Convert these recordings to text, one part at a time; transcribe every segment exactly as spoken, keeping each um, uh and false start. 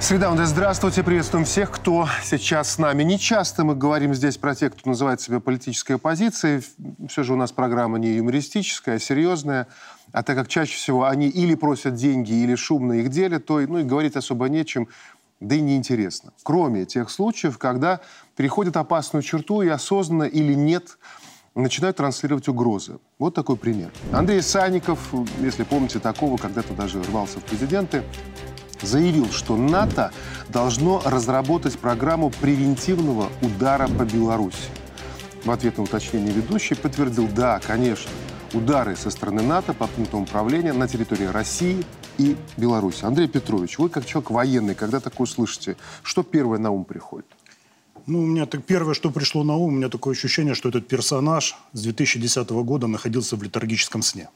Среда, здравствуйте, приветствуем всех, кто сейчас с нами. Не часто мы говорим здесь про тех, кто называет себя политической оппозицией. Все же у нас программа не юмористическая, а серьезная. А так как чаще всего они или просят деньги, или шумно их делят, то ну, и говорить особо нечем, да и неинтересно. Кроме тех случаев, когда переходят опасную черту и осознанно или нет начинают транслировать угрозы. Вот такой пример. Андрей Санников, если помните такого, когда-то даже рвался в президенты, заявил, что НАТО должно разработать программу превентивного удара по Беларуси. В ответ на уточнение ведущий подтвердил, да, конечно, удары со стороны НАТО по пунктам управления на территории России и Беларуси. Андрей Петрович, вы как человек военный, когда такое слышите, что первое на ум приходит? Ну, у меня так первое, что пришло на ум, у меня такое ощущение, что этот персонаж с две тысячи десятого года находился в летаргическом сне.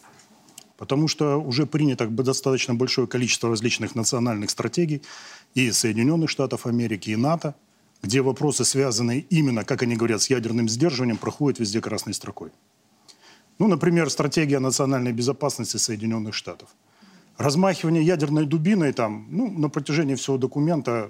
Потому что уже принято достаточно большое количество различных национальных стратегий и Соединенных Штатов Америки, и НАТО, где вопросы, связанные именно, как они говорят, с ядерным сдерживанием, проходят везде красной строкой. Ну, например, стратегия национальной безопасности Соединенных Штатов. Размахивание ядерной дубиной там, ну, на протяжении всего документа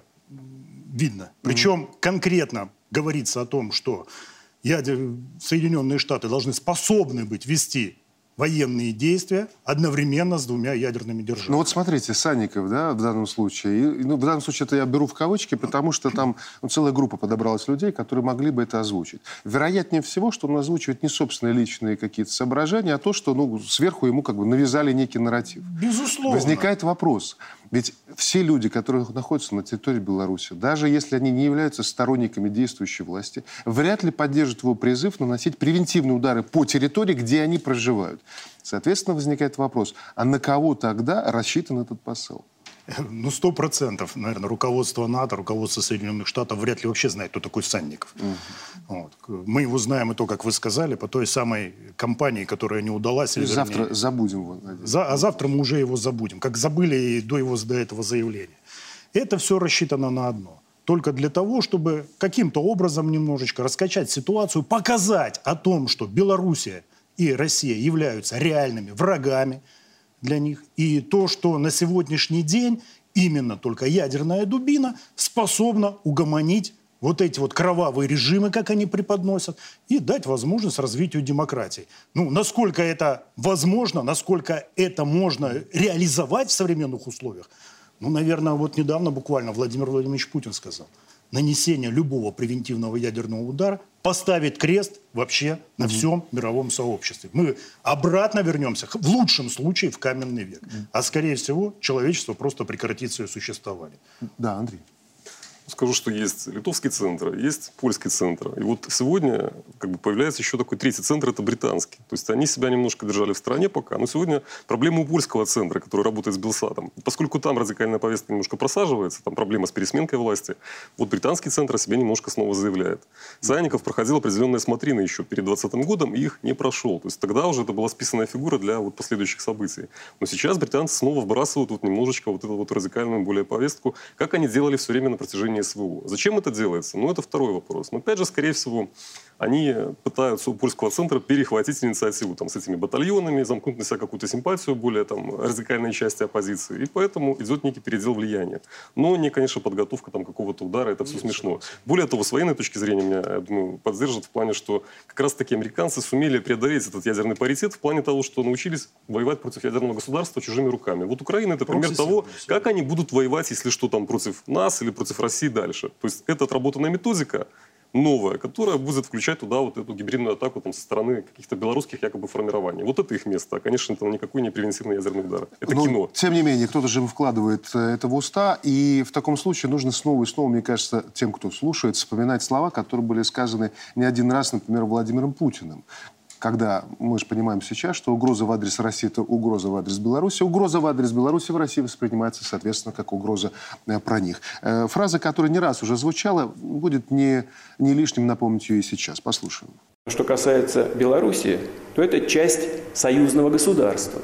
видно. Причем mm-hmm. конкретно говорится о том, что ядер... Соединенные Штаты должны способны быть вести военные действия одновременно с двумя ядерными державами. Ну вот смотрите, Санников, да, в данном случае. И, ну, в данном случае это я беру в кавычки, потому что там ну, целая группа подобралась людей, которые могли бы это озвучить. Вероятнее всего, что он озвучивает не собственные личные какие-то соображения, а то, что ну, сверху ему как бы навязали некий нарратив. Безусловно. Возникает вопрос. Ведь все люди, которые находятся на территории Беларуси, даже если они не являются сторонниками действующей власти, вряд ли поддержат его призыв наносить превентивные удары по территории, где они проживают. Соответственно, возникает вопрос, а на кого тогда рассчитан этот посыл? Ну, сто процентов, наверное, руководство НАТО, руководство Соединенных Штатов вряд ли вообще знает, кто такой Санников. Угу. Вот. Мы его знаем и то, как вы сказали, по той самой кампании, которая не удалась. Или, завтра вернее, забудем его. За, а завтра мы уже его забудем, как забыли и до, его, до этого заявления. Это все рассчитано на одно. Только для того, чтобы каким-то образом немножечко раскачать ситуацию, показать о том, что Белоруссия и Россия являются реальными врагами для них. И то, что на сегодняшний день именно только ядерная дубина способна угомонить вот эти вот кровавые режимы, как они преподносят, и дать возможность развитию демократии. Ну, насколько это возможно, насколько это можно реализовать в современных условиях, ну, наверное, вот недавно буквально Владимир Владимирович Путин сказал, нанесение любого превентивного ядерного удара поставит крест вообще на всем мировом сообществе. Мы обратно вернемся, в лучшем случае, в каменный век. А скорее всего, человечество просто прекратит свое существование. Да, Андрей. Скажу, что есть литовский центр, есть польский центр. И вот сегодня как бы появляется еще такой третий центр, это британский. То есть они себя немножко держали в стороне пока. Но сегодня проблема у польского центра, который работает с Белсатом. Поскольку там радикальная повестка немножко просаживается, там проблема с пересменкой власти, вот британский центр о себе немножко снова заявляет. Санников проходил определенные смотрины еще перед двадцатым годом и их не прошел. То есть тогда уже это была списанная фигура для вот последующих событий. Но сейчас британцы снова вбрасывают вот немножечко вот эту вот радикальную более повестку, как они делали все время на протяжении СВО. Зачем это делается? Ну, это второй вопрос. Но, опять же, скорее всего, они пытаются у польского центра перехватить инициативу там, с этими батальонами, замкнуть на себя какую-то симпатию более там, радикальной части оппозиции. И поэтому идет некий передел влияния. Но не, конечно, подготовка там, какого-то удара. Это все смешно. Более того, с военной точки зрения меня, я думаю, поддержат в плане, что как раз-таки американцы сумели преодолеть этот ядерный паритет в плане того, что научились воевать против ядерного государства чужими руками. Вот Украина — это пример того, как они будут воевать, если что, там, против нас или против России дальше. То есть это отработанная методика новая, которая будет включать туда вот эту гибридную атаку там, со стороны каких-то белорусских якобы формирований. Вот это их место. А, конечно, это никакой не превентивный ядерный удар. Это Но, кино. Тем не менее, кто-то же вкладывает это в уста, и в таком случае нужно снова и снова, мне кажется, тем, кто слушает, вспоминать слова, которые были сказаны не один раз, например, Владимиром Путиным. Когда мы же понимаем сейчас, что угроза в адрес России – это угроза в адрес Беларуси. Угроза в адрес Беларуси в России воспринимается, соответственно, как угроза э, про них. Э, фраза, которая не раз уже звучала, будет не, не лишним напомнить ее и сейчас. Послушаем. Что касается Беларуси, то это часть союзного государства.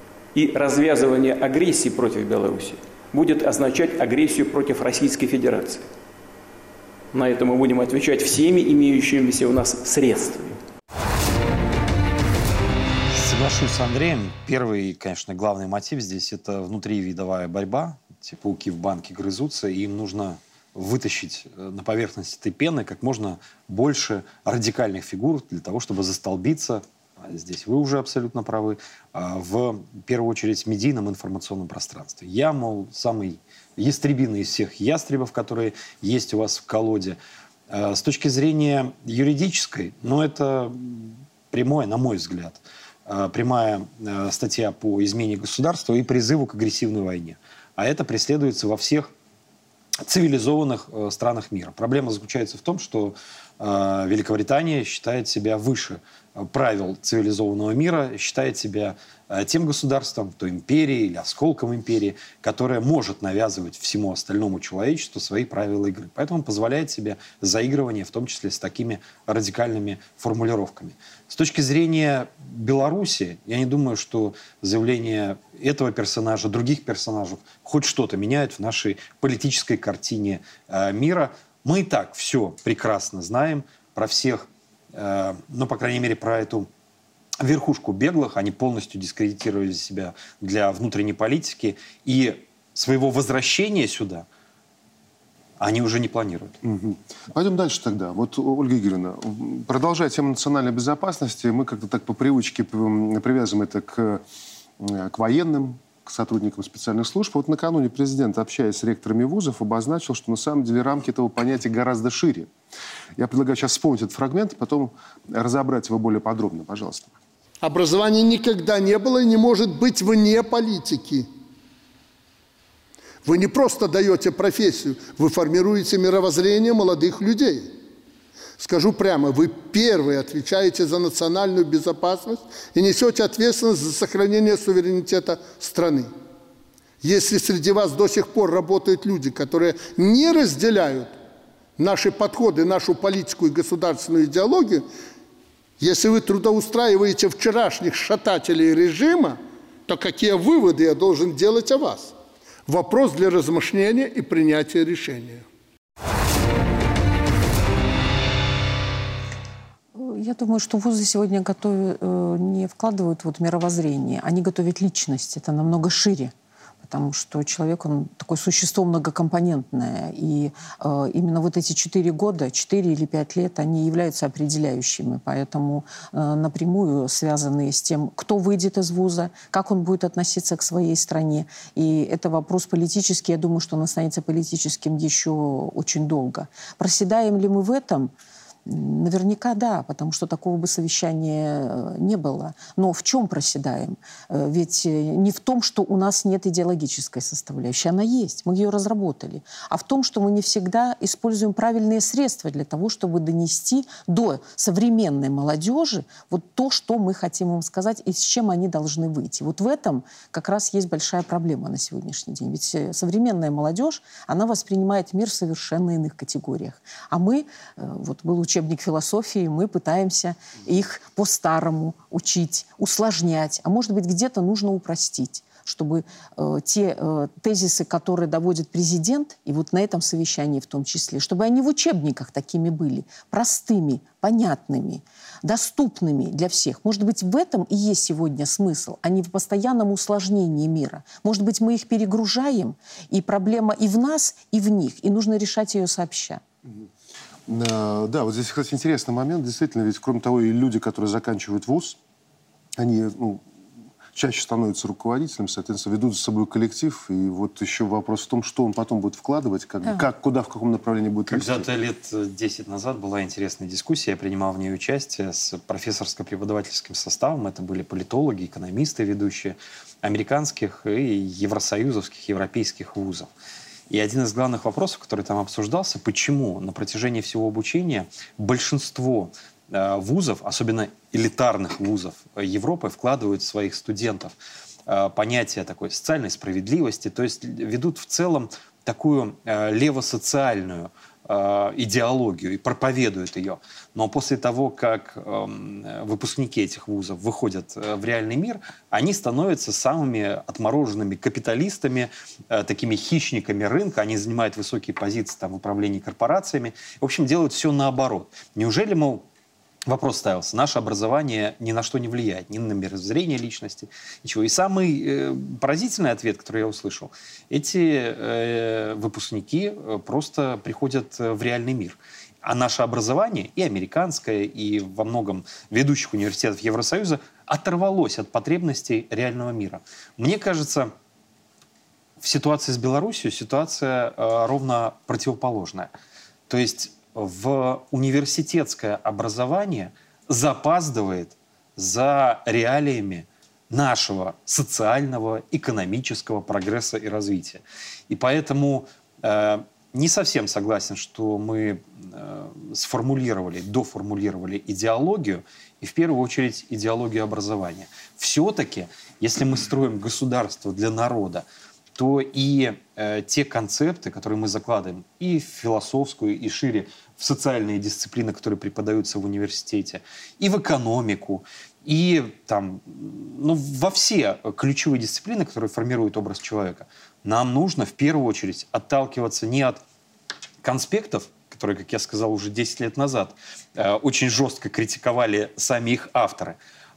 И развязывание агрессии против Беларуси будет означать агрессию против Российской Федерации. На это мы будем отвечать всеми имеющимися у нас средствами. Соглашусь с Андреем. Первый, конечно, главный мотив здесь – это внутривидовая борьба. те пауки в банке грызутся, и им нужно вытащить на поверхность этой пены как можно больше радикальных фигур для того, чтобы застолбиться, здесь вы уже абсолютно правы, в первую очередь в медийном информационном пространстве. Я, мол, самый ястребиный из всех ястребов, которые есть у вас в колоде. С точки зрения юридической, ну, это прямое, на мой взгляд, прямая статья по измене государства и призыву к агрессивной войне. А это преследуется во всех цивилизованных странах мира. Проблема заключается в том, что Великобритания считает себя выше правил цивилизованного мира, считает себя тем государством, то империей или осколком империи, которая может навязывать всему остальному человечеству свои правила игры. Поэтому позволяет себе заигрывание, в том числе с такими радикальными формулировками. С точки зрения Беларуси, я не думаю, что заявление этого персонажа, других персонажей хоть что-то меняет в нашей политической картине э, мира. Мы и так все прекрасно знаем про всех, э, ну, по крайней мере, про эту верхушку беглых. Они полностью дискредитировали себя для внутренней политики. И своего возвращения сюда они уже не планируют. Угу. Пойдем дальше тогда. Вот, Ольга Игоревна, продолжая тему национальной безопасности, мы как-то так по привычке привязываем это к, к военным, к сотрудникам специальных служб. Вот накануне президент, общаясь с ректорами вузов, обозначил, что на самом деле рамки этого понятия гораздо шире. Я предлагаю сейчас вспомнить этот фрагмент, потом разобрать его более подробно. Пожалуйста. Образование никогда не было и не может быть вне политики. Вы не просто даете профессию, вы формируете мировоззрение молодых людей. Скажу прямо, вы первые отвечаете за национальную безопасность и несете ответственность за сохранение суверенитета страны. Если среди вас до сих пор работают люди, которые не разделяют наши подходы, нашу политику и государственную идеологию, если вы трудоустраиваете вчерашних шатателей режима, то какие выводы я должен делать о вас? Вопрос для размышления и принятия решения. Я думаю, что вузы сегодня готовят, не вкладывают вот мировоззрение, они готовят личность. Это намного шире, потому что человек, он такое существо многокомпонентное. И э, именно вот эти четыре года, четыре или пять лет, они являются определяющими. Поэтому э, напрямую связанные с тем, кто выйдет из вуза, как он будет относиться к своей стране. И это вопрос политический. Я думаю, что он останется политическим еще очень долго. Проседаем ли мы в этом? Наверняка да, потому что такого бы совещания не было. Но в чем проседаем? Ведь не в том, что у нас нет идеологической составляющей. Она есть, мы ее разработали. А в том, что мы не всегда используем правильные средства для того, чтобы донести до современной молодежи вот то, что мы хотим им сказать и с чем они должны выйти. Вот в этом как раз есть большая проблема на сегодняшний день. Ведь современная молодежь, она воспринимает мир в совершенно иных категориях. А мы, вот был учебник философии, мы пытаемся их по-старому учить, усложнять. А может быть, где-то нужно упростить, чтобы э, те э, тезисы, которые доводит президент, и вот на этом совещании в том числе, чтобы они в учебниках такими были, простыми, понятными, доступными для всех. Может быть, в этом и есть сегодня смысл, а не в постоянном усложнении мира. Может быть, мы их перегружаем, и проблема и в нас, и в них, и нужно решать ее сообща. Да, вот здесь, кстати, интересный момент. Действительно, ведь кроме того, и люди, которые заканчивают вуз, они ну, чаще становятся руководителем, соответственно, ведут за собой коллектив. И вот еще вопрос в том, что он потом будет вкладывать, как, да. как куда, в каком направлении будет вести. Когда-то лет десять назад была интересная дискуссия, я принимал в ней участие с профессорско-преподавательским составом. Это были политологи, экономисты ведущие американских и евросоюзовских, европейских вузов. И один из главных вопросов, который там обсуждался, почему на протяжении всего обучения большинство э, вузов, особенно элитарных вузов Европы, вкладывают в своих студентов э, понятие такой социальной справедливости, то есть ведут в целом такую э, левосоциальную э, идеологию и проповедуют ее. Но после того, как э, выпускники этих вузов выходят э, в реальный мир, они становятся самыми отмороженными капиталистами, э, такими хищниками рынка, они занимают высокие позиции там, в управлении корпорациями. В общем, делают все наоборот. Неужели, мол, вопрос ставился. Наше образование ни на что не влияет, ни на мировоззрение личности, ничего. И самый э, поразительный ответ, который я услышал, эти э, выпускники просто приходят в реальный мир. А наше образование, и американское, и во многом ведущих университетов Евросоюза, оторвалось от потребностей реального мира. Мне кажется, в ситуации с Белоруссией ситуация э, ровно противоположная. То есть в университетское образование запаздывает за реалиями нашего социального, экономического прогресса и развития. И поэтому э, не совсем согласен, что мы э, сформулировали, доформулировали идеологию, и в первую очередь идеологию образования. Все-таки, если мы строим государство для народа, то и э, те концепты, которые мы закладываем и в философскую, и шире в социальные дисциплины, которые преподаются в университете, и в экономику, и там, ну, во все ключевые дисциплины, которые формируют образ человека, нам нужно в первую очередь отталкиваться не от конспектов, которые, как я сказал, уже десять лет назад э, очень жестко критиковали сами их авторы,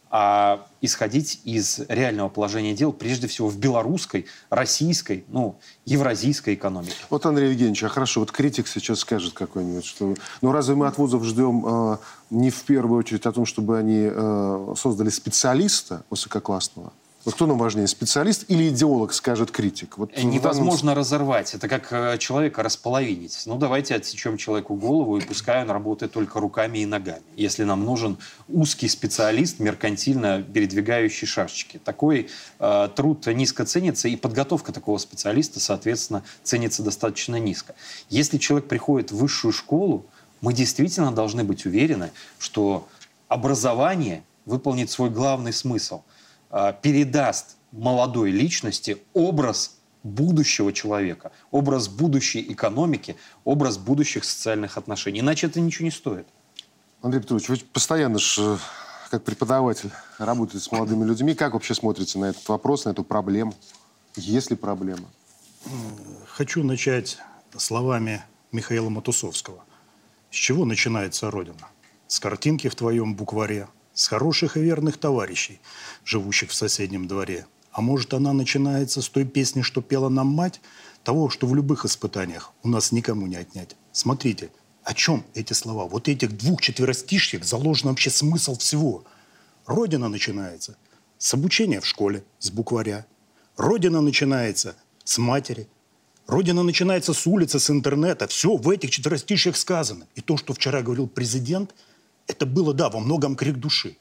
а исходить из реального положения дел, прежде всего в белорусской, российской, ну, евразийской экономике. Вот, Андрей Евгеньевич, а хорошо, вот критик сейчас скажет какой-нибудь, что... Ну, разве мы от вузов ждем э, не в первую очередь о том, чтобы они э, создали специалиста высококлассного? Вот кто нам важнее, специалист или идеолог, скажет критик? Вот невозможно данном... разорвать. Это как э, человека располовинить. Ну, давайте отсечем человеку голову, и пускай он работает только руками и ногами. Если нам нужен узкий специалист, меркантильно передвигающий шашечки. Такой э, труд низко ценится, и подготовка такого специалиста, соответственно, ценится достаточно низко. Если человек приходит в высшую школу, мы действительно должны быть уверены, что образование выполнит свой главный смысл – передаст молодой личности образ будущего человека, образ будущей экономики, образ будущих социальных отношений. Иначе это ничего не стоит. Андрей Петрович, вы постоянно же, как преподаватель, работаете с молодыми людьми. Как вообще смотрите на этот вопрос, на эту проблему? Есть ли проблема? Хочу начать словами Михаила Матусовского. С чего начинается Родина? С картинки в твоем букваре, с хороших и верных товарищей, живущих в соседнем дворе. А может, она начинается с той песни, что пела нам мать, того, что в любых испытаниях у нас никому не отнять. Смотрите, о чем эти слова? Вот этих двух четверостишьях заложен вообще смысл всего. Родина начинается с обучения в школе, с букваря. Родина начинается с матери. Родина начинается с улицы, с интернета. Все в этих четверостишьях сказано. И то, что вчера говорил президент, это было, да, во многом крик души.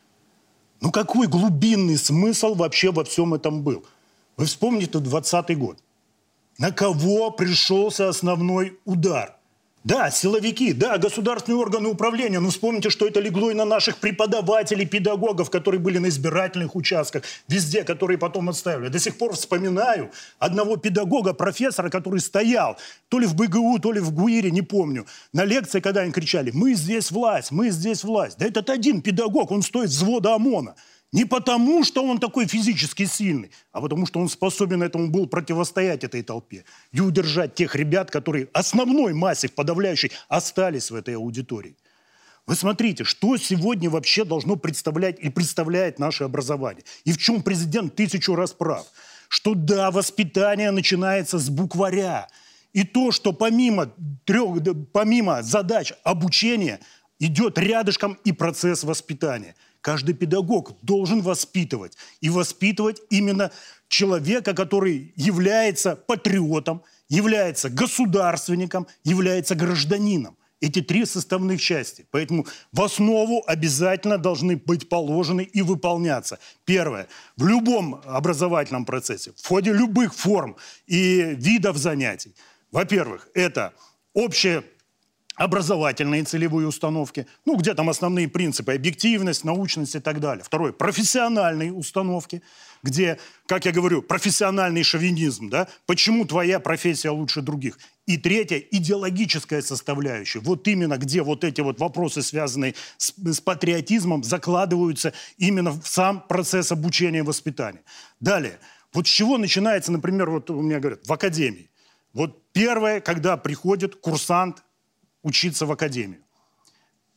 Но какой глубинный смысл вообще во всем этом был? Вы вспомните двадцатый год. На кого пришелся основной удар? Да, силовики, да, государственные органы управления. Но вспомните, что это легло и на наших преподавателей, педагогов, которые были на избирательных участках, везде, которые потом отставили. До сих пор вспоминаю одного педагога, профессора, который стоял то ли в БГУ, то ли в ГУИРе, не помню, на лекции, когда они кричали: «Мы здесь власть, мы здесь власть». Да этот один педагог, он стоит взвода ОМОНа. Не потому, что он такой физически сильный, а потому, что он способен этому был противостоять этой толпе и удержать тех ребят, которые основной массе, в подавляющей, остались в этой аудитории. Вы смотрите, что сегодня вообще должно представлять и представляет наше образование. И в чем президент тысячу раз прав. Что да, воспитание начинается с букваря. И то, что помимо, трех, помимо задач обучения идет рядышком и процесс воспитания. Каждый педагог должен воспитывать. И воспитывать именно человека, который является патриотом, является государственником, является гражданином. Эти три составных части. Поэтому в основу обязательно должны быть положены и выполняться. Первое. В любом образовательном процессе, в ходе любых форм и видов занятий. Во-первых, это общее образовательные целевые установки, ну, где там основные принципы, объективность, научность и так далее. Второе, профессиональные установки, где, как я говорю, профессиональный шовинизм, да, почему твоя профессия лучше других. И третье, идеологическая составляющая. Вот именно где вот эти вот вопросы, связанные с, с патриотизмом, закладываются именно в сам процесс обучения и воспитания. Далее, вот с чего начинается, например, вот у меня говорят, в академии. Вот первое, когда приходит курсант учиться в академию.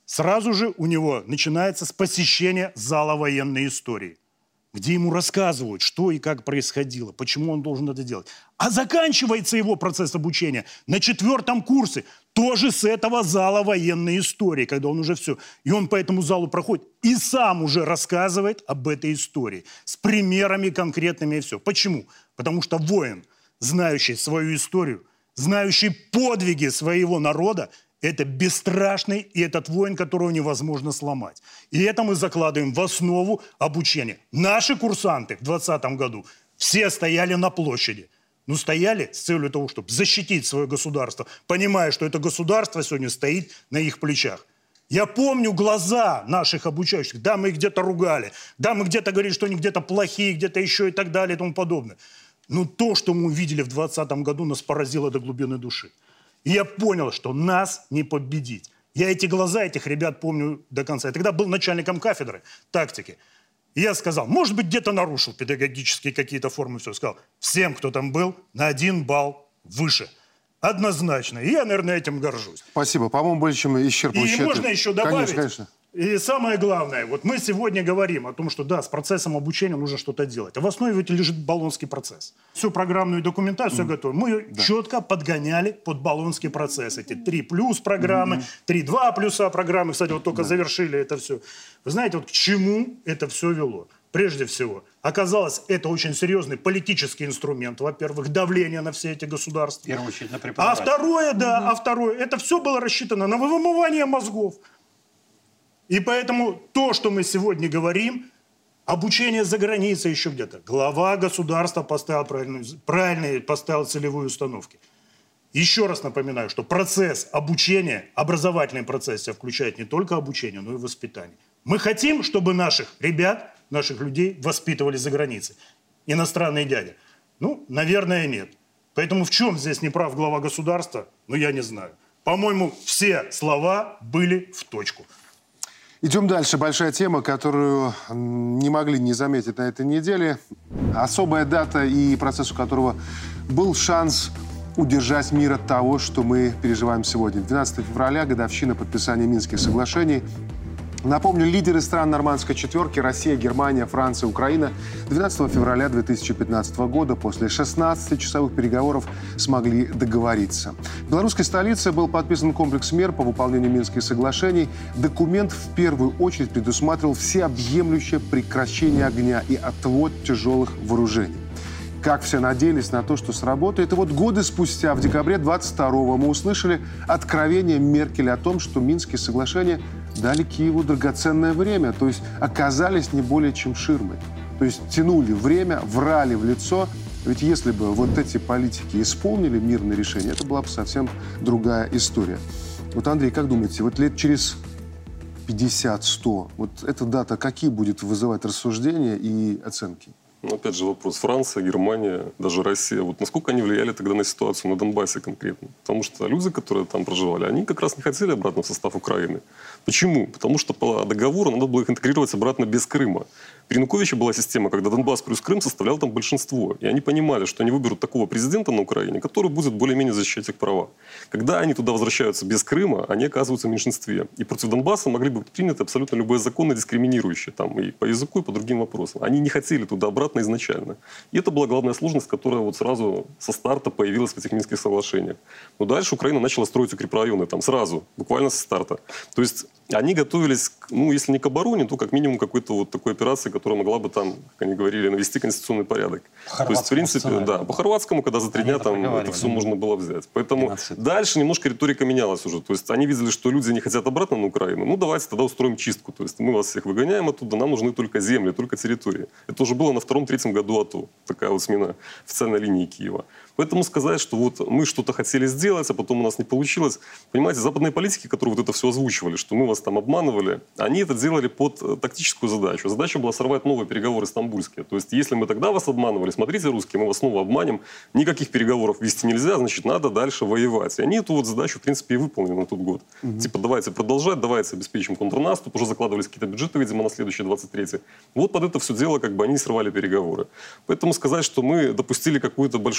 Сразу же у него начинается с посещения зала военной истории, где ему рассказывают, что и как происходило, почему он должен это делать. А заканчивается его процесс обучения на четвертом курсе, тоже с этого зала военной истории, когда он уже все. И он по этому залу проходит и сам уже рассказывает об этой истории с примерами конкретными и все. Почему? Потому что воин, знающий свою историю, знающий подвиги своего народа, это бесстрашный, и этот воин, которого невозможно сломать. И это мы закладываем в основу обучения. Наши курсанты в двадцатом году все стояли на площади. Ну, стояли с целью того, чтобы защитить свое государство, понимая, что это государство сегодня стоит на их плечах. Я помню глаза наших обучающих. Да, мы их где-то ругали. Да, мы где-то говорили, что они где-то плохие, где-то еще и так далее и тому подобное. Но то, что мы увидели в двадцатом году, нас поразило до глубины души. И я понял, что нас не победить. Я эти глаза этих ребят помню до конца. Я тогда был начальником кафедры тактики. И я сказал, может быть, где-то нарушил педагогические какие-то формы. Все. Сказал, всем, кто там был, на один балл выше. Однозначно. И я, наверное, этим горжусь. Спасибо. По-моему, больше, чем исчерпывающе. И можно еще добавить. Конечно, конечно. И самое главное, вот мы сегодня говорим о том, что да, с процессом обучения нужно что-то делать. А в основе ведь лежит болонский процесс. Всю программную документацию mm. готовы. Мы ее да. четко подгоняли под болонский процесс. Эти три плюс программы, три два плюса программы. Кстати, вот только да. завершили это все. Вы знаете, вот к чему это все вело? Прежде всего, оказалось, это очень серьезный политический инструмент, во-первых, давление на все эти государства. В первую очередь на преподавателей. А второе, да, mm-hmm. а второе, это все было рассчитано на вымывание мозгов. И поэтому то, что мы сегодня говорим, обучение за границей еще где-то. Глава государства поставил правильную, правильно поставил целевые установки. Еще раз напоминаю, что процесс обучения, образовательный процесс включает не только обучение, но и воспитание. Мы хотим, чтобы наших ребят, наших людей воспитывали за границей. Иностранные дяди. Ну, наверное, нет. Поэтому в чем здесь не прав глава государства, ну, я не знаю. По-моему, все слова были в точку. Идем дальше. Большая тема, которую не могли не заметить на этой неделе. Особая дата и процесс, у которого был шанс удержать мир от того, что мы переживаем сегодня. двенадцатого февраля, годовщина подписания Минских соглашений. Напомню, лидеры стран нормандской четверки – Россия, Германия, Франция, Украина – двенадцатого февраля две тысячи пятнадцатого года после шестнадцатичасовых переговоров смогли договориться. В белорусской столице был подписан комплекс мер по выполнению Минских соглашений. Документ в первую очередь предусматривал всеобъемлющее прекращение огня и отвод тяжелых вооружений. Как все надеялись на то, что сработает. И вот годы спустя, в декабре двадцать второго, мы услышали откровение Меркель о том, что Минские соглашения дали Киеву драгоценное время, то есть оказались не более чем ширмой. То есть тянули время, врали в лицо. Ведь если бы вот эти политики исполнили мирное решение, это была бы совсем другая история. Вот, Андрей, как думаете, вот лет через пятьдесят-сто, вот эта дата какие будет вызывать рассуждения и оценки? Ну, опять же, вопрос. Франция, Германия, даже Россия. Вот насколько они влияли тогда на ситуацию на Донбассе конкретно? Потому что люди, которые там проживали, они как раз не хотели обратно в состав Украины. Почему? Потому что по договору надо было их интегрировать обратно без Крыма. При Януковиче была система, когда Донбасс плюс Крым составлял там большинство. И они понимали, что они выберут такого президента на Украине, который будет более-менее защищать их права. Когда они туда возвращаются без Крыма, они оказываются в меньшинстве. И против Донбасса могли бы быть приняты абсолютно любые законы, дискриминирующие там и по языку, и по другим вопросам. Они не хотели туда обратно изначально. И это была главная сложность, которая вот сразу со старта появилась в этих Минских соглашениях. Но дальше Украина начала строить укрепрайоны там сразу, буквально со старта. То есть они готовились, ну, если не к обороне, то как минимум какой-то вот такой операции, которая могла бы там, как они говорили, навести конституционный порядок. То есть, в принципе, сценарию. Да, по хорватскому, когда за три дня там это все можно было взять. Поэтому двенадцать. Дальше немножко риторика менялась уже. То есть они видели, что люди не хотят обратно на Украину. Ну, давайте тогда устроим чистку. То есть мы вас всех выгоняем оттуда, нам нужны только земли, только территории. Это уже было на втором-третьем году АТО. Такая вот смена официальной линии Киева. Поэтому сказать, что вот мы что-то хотели сделать, а потом у нас не получилось. Понимаете, западные политики, которые вот это все озвучивали, что мы вас там обманывали, они это делали под тактическую задачу. Задача была сорвать новые переговоры стамбульские. То есть, если мы тогда вас обманывали, смотрите, русские, мы вас снова обманем, никаких переговоров вести нельзя, значит, надо дальше воевать. И они эту вот задачу, в принципе, и выполнили на тот год. Угу. Типа, давайте продолжать, давайте обеспечим контрнаступ, уже закладывались какие-то бюджеты, видимо, на следующий двадцать третий. Вот под это все дело, как бы, они срывали переговоры. Поэтому сказать, что мы допустили какую-то большую ошибку,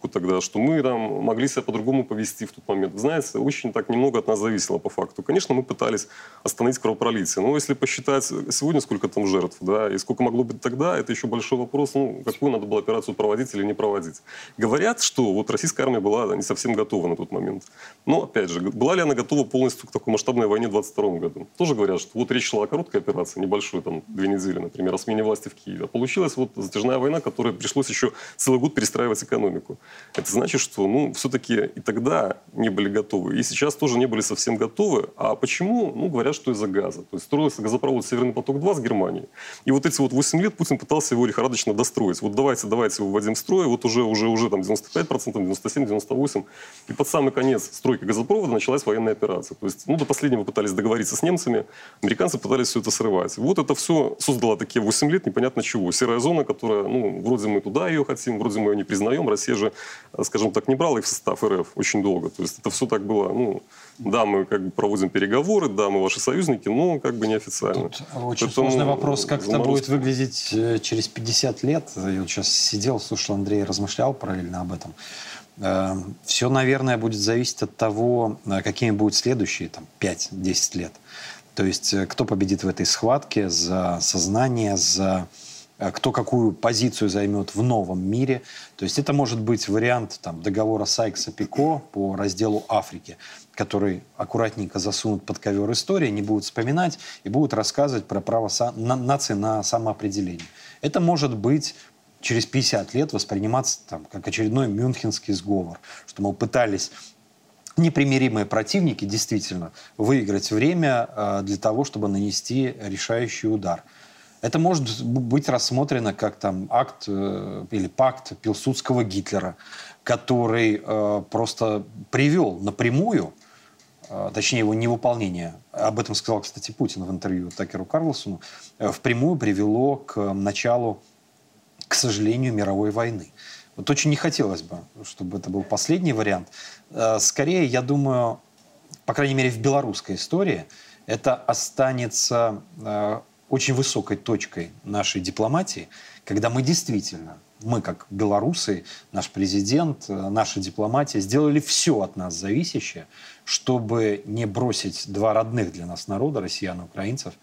ошибку тогда, что мы там могли себя по-другому повести в тот момент. Вы знаете, очень так немного от нас зависело по факту. Конечно, мы пытались остановить кровопролитие. Но если посчитать сегодня, сколько там жертв, да, и сколько могло быть тогда, это еще большой вопрос, ну, какую надо было операцию проводить или не проводить. Говорят, что вот российская армия была не совсем готова на тот момент. Но, опять же, была ли она готова полностью к такой масштабной войне в двадцать втором году? Тоже говорят, что вот речь шла о короткой операции, небольшой, там, две недели, например, о смене власти в Киеве. А получилась вот затяжная война, которая пришлось еще целый год перестраивать экономику. Это значит, что, ну, все-таки и тогда не были готовы, и сейчас тоже не были совсем готовы. А почему? Ну, говорят, что из-за газа. То есть строился газопровод «Северный поток-два» с Германией. И вот эти вот восемь лет Путин пытался его лихорадочно достроить. Вот давайте, давайте его вводим в строй. Вот уже, уже, уже там девяносто пять процентов, девяносто семь процентов, девяносто восемь процентов. И под самый конец стройки газопровода началась военная операция. То есть, ну, до последнего пытались договориться с немцами, американцы пытались все это срывать. Вот это все создало такие восемь лет непонятно чего. Серая зона, которая, ну, вроде мы туда ее хотим, вроде мы ее не признаем. Россия же, скажем так, не брала их в состав эр эф очень долго. То есть это все так было, ну, да, мы как бы проводим переговоры, да, мы ваши союзники, но как бы неофициально. Тут очень Поэтому сложный вопрос, как это заморозка. будет выглядеть через пятьдесят лет. Я вот сейчас сидел, слушал Андрея, размышлял параллельно об этом. Все, наверное, будет зависеть от того, какими будут следующие там, пять-десять лет. То есть кто победит в этой схватке за сознание, за кто какую позицию займет в новом мире. То есть это может быть вариант там, договора Сайкса-Пико по разделу Африки, который аккуратненько засунут под ковер истории, не будут вспоминать и будут рассказывать про право са- на, нации на самоопределение. Это может быть через пятьдесят лет восприниматься там, как очередной мюнхенский сговор, что, мол, пытались непримиримые противники действительно выиграть время э, для того, чтобы нанести решающий удар. Это может быть рассмотрено как там, акт э, или пакт Пилсудского Гитлера, который э, просто привел напрямую, э, точнее его невыполнение, об этом сказал, кстати, Путин в интервью Такеру Карлсону, э, впрямую привело к началу, к сожалению, мировой войны. Вот очень не хотелось бы, чтобы это был последний вариант. Э, скорее, я думаю, по крайней мере, в белорусской истории это останется э, очень высокой точкой нашей дипломатии, когда мы действительно, мы как белорусы, наш президент, наша дипломатия сделали все от нас зависящее, чтобы не бросить два родных для нас народа, россиян и украинцев,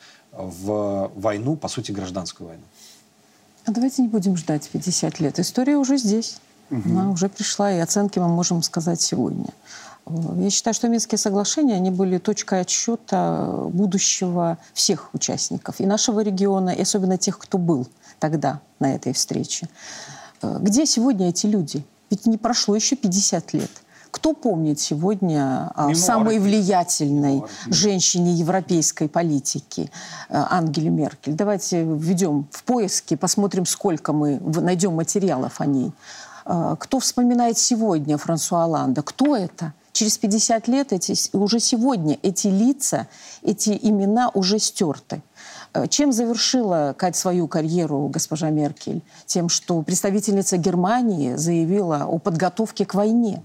в войну, по сути, гражданскую войну. А давайте не будем ждать пятьдесят лет. История уже здесь. Угу. Она уже пришла, и оценки мы можем сказать сегодня. Я считаю, что Минские соглашения, они были точкой отсчета будущего всех участников. И нашего региона, и особенно тех, кто был тогда на этой встрече. Где сегодня эти люди? Ведь не прошло еще пятьдесят лет. Кто помнит сегодня о самой влиятельной Мемуары. женщине европейской политики Ангеле Меркель? Давайте введем в поиски, посмотрим, сколько мы найдем материалов о ней. Кто вспоминает сегодня Франсуа Олланда? Кто это? Через пятьдесят лет эти, уже сегодня эти лица, эти имена уже стерты. Чем завершила Кать свою карьеру госпожа Меркель? Тем, что представительница Германии заявила о подготовке к войне.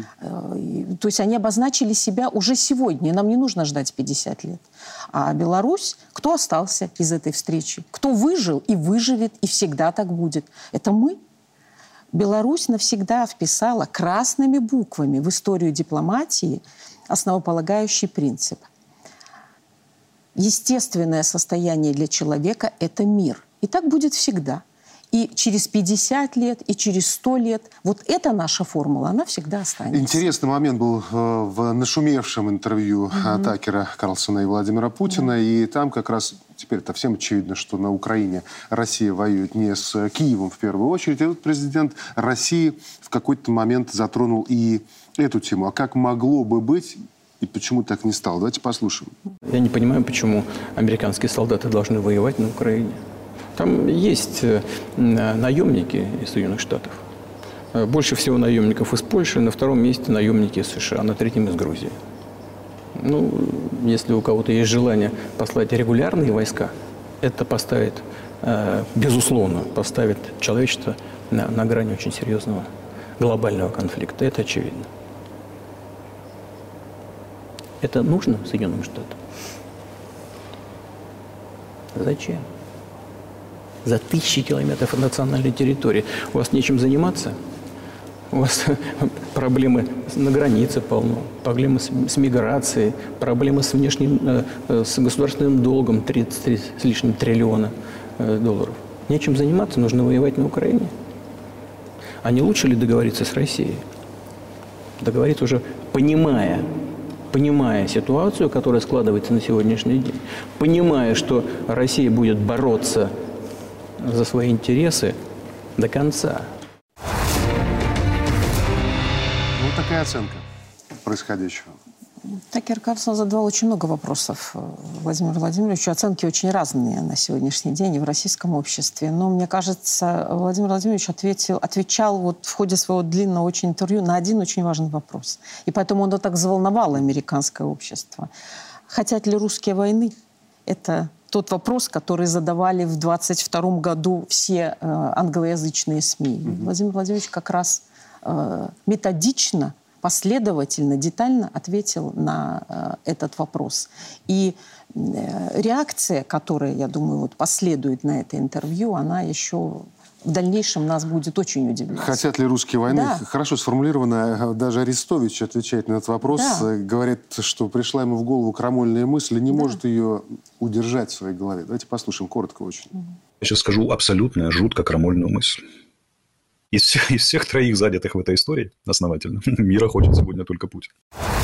Угу. То есть они обозначили себя уже сегодня. Нам не нужно ждать пятьдесят лет. А Беларусь, кто остался из этой встречи? Кто выжил и выживет, и всегда так будет? Это мы. Беларусь навсегда вписала красными буквами в историю дипломатии основополагающий принцип. Естественное состояние для человека – это мир. И так будет всегда. И через пятьдесят лет, и через сто лет вот эта наша формула, она всегда останется. Интересный момент был в нашумевшем интервью угу. Такера Карлсона и Владимира Путина. Да. И там как раз теперь это всем очевидно, что на Украине Россия воюет не с Киевом в первую очередь. И вот президент России в какой-то момент затронул и эту тему. А как могло бы быть... И почему так не стало? Давайте послушаем. Я не понимаю, почему американские солдаты должны воевать на Украине. Там есть наемники из Соединенных Штатов. Больше всего наемников из Польши, на втором месте наемники из США, на третьем из Грузии. Ну, если у кого-то есть желание послать регулярные войска, это поставит, безусловно, поставит человечество на, на грани очень серьезного глобального конфликта. Это очевидно. Это нужно Соединенным Штатам? Зачем? За тысячи километров от национальной территории у вас нечем заниматься? У вас проблемы на границе полно, проблемы с, с миграцией, проблемы с внешним, с государственным долгом тридцать три с лишним триллиона долларов. Нечем заниматься, нужно воевать на Украине. А не лучше ли договориться с Россией? Договориться уже понимая, понимая ситуацию, которая складывается на сегодняшний день, понимая, что Россия будет бороться за свои интересы до конца. Вот такая оценка происходящего. Такер Карлсон задавал очень много вопросов Владимиру Владимировичу. Оценки очень разные на сегодняшний день и в российском обществе. Но, мне кажется, Владимир Владимирович ответил, отвечал вот в ходе своего длинного очень интервью на один очень важный вопрос. И поэтому он так взволновал американское общество. Хотят ли русские войны? Это тот вопрос, который задавали в двадцать втором году все э, англоязычные СМИ. Mm-hmm. Владимир Владимирович как раз э, методично, последовательно, детально ответил на э, этот вопрос. И э, реакция, которая, я думаю, вот последует на это интервью, она еще в дальнейшем нас будет очень удивлять. Хотят ли русские войны? Да. Хорошо сформулировано. Даже Арестович отвечает на этот вопрос. Да. Говорит, что пришла ему в голову крамольная мысль, и не Да. может ее удержать в своей голове. Давайте послушаем, коротко очень. Я сейчас скажу абсолютно жутко крамольную мысль. Из всех, из всех троих задетых в этой истории основательно мира хочет сегодня только Путин.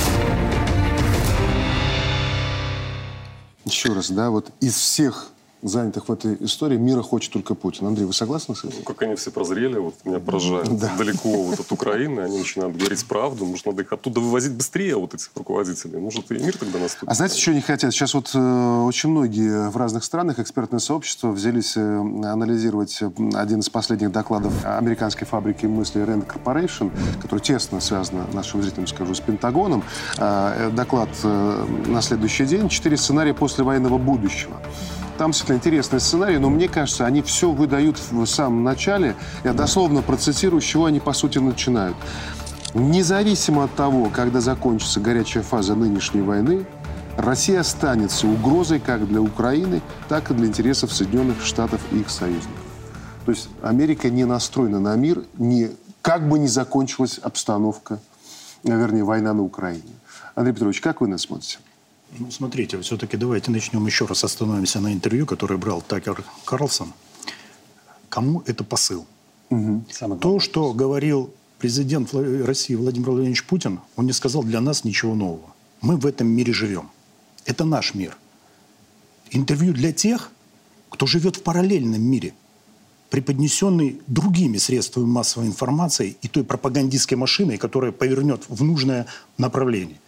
Еще раз, да, вот из всех занятых в этой истории мира хочет только Путин. Андрей, вы согласны с этим? Ну, как они все прозрели, вот меня поражает. Да. Далеко вот от Украины, они начинают говорить правду. Может, надо их оттуда вывозить быстрее, вот этих руководителей. Может, и мир тогда наступит. А знаете, что они хотят? Сейчас вот э, очень многие в разных странах, экспертное сообщество, взялись э, анализировать один из последних докладов американской фабрики мысли Rand Corporation, который тесно связан, нашим зрителям скажу, с Пентагоном. Э, доклад э, на следующий день. Четыре сценария послевоенного будущего. Там действительно интересный сценарий, но мне кажется, они все выдают в самом начале. Я дословно процитирую, с чего они, по сути, начинают. Независимо от того, когда закончится горячая фаза нынешней войны, Россия останется угрозой как для Украины, так и для интересов Соединенных Штатов и их союзников. То есть Америка не настроена на мир, не, как бы ни закончилась обстановка, вернее, война на Украине. Андрей Петрович, как вы на это смотрите? Ну, смотрите, все-таки давайте начнем еще раз остановимся на интервью, которое брал Такер Карлсон. Кому это посыл? Угу. То, что говорил президент России Владимир Владимирович Путин, он не сказал для нас ничего нового. Мы в этом мире живем. Это наш мир. Интервью для тех, кто живет в параллельном мире, преподнесенный другими средствами массовой информации и той пропагандистской машиной, которая повернет в нужное направление.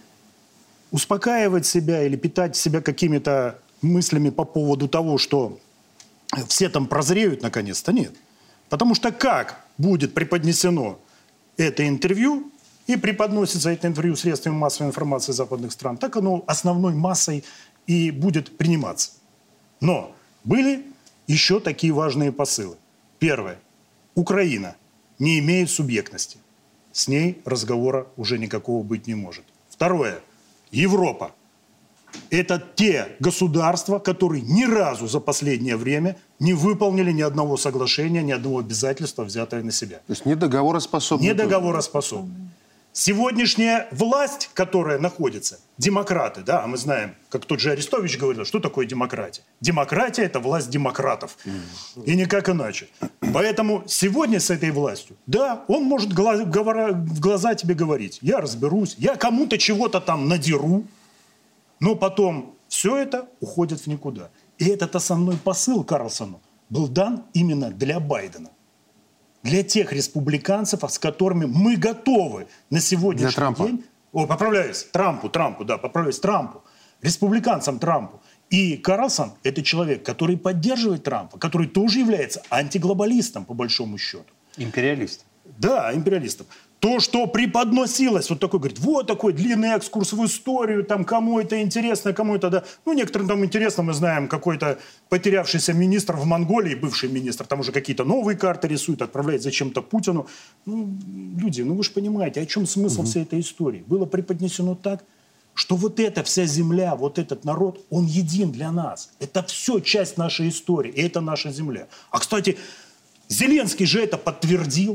Успокаивать себя или питать себя какими-то мыслями по поводу того, что все там прозреют наконец-то, нет. Потому что как будет преподнесено это интервью и преподносится это интервью средствами массовой информации западных стран, так оно основной массой и будет приниматься. Но были еще такие важные посылы. Первое. Украина не имеет субъектности. С ней разговора уже никакого быть не может. Второе. Европа. Это те государства, которые ни разу за последнее время не выполнили ни одного соглашения, ни одного обязательства, взятое на себя. То есть недоговороспособны. Недоговороспособны. Сегодняшняя власть, которая находится, демократы, да, а мы знаем, как тот же Арестович говорил, что такое демократия. Демократия – это власть демократов. Mm. И никак иначе. Поэтому сегодня с этой властью, да, он может глаз, говоря, в глаза тебе говорить, я разберусь, я кому-то чего-то там надеру, но потом все это уходит в никуда. И этот основной посыл Карлсону был дан именно для Байдена. Для тех республиканцев, с которыми мы готовы на сегодняшний для Трампа. день... О, поправляюсь, Трампу, Трампу, да, поправляюсь, Трампу. Республиканцам Трампу. И Карлсон – это человек, который поддерживает Трампа, который тоже является антиглобалистом, по большому счету. Империалист. Да, империалистом. То, что преподносилось, вот такой, говорит, вот такой длинный экскурс в историю, там, кому это интересно, кому это, да. Ну, некоторым там интересно, мы знаем, какой-то потерявшийся министр в Монголии, бывший министр, там уже какие-то новые карты рисуют, отправляет зачем-то Путину. Ну, люди, ну вы же понимаете, о чем смысл угу. всей этой истории? Было преподнесено так, что вот эта вся земля, вот этот народ, он един для нас. Это все часть нашей истории, и это наша земля. А, кстати, Зеленский же это подтвердил.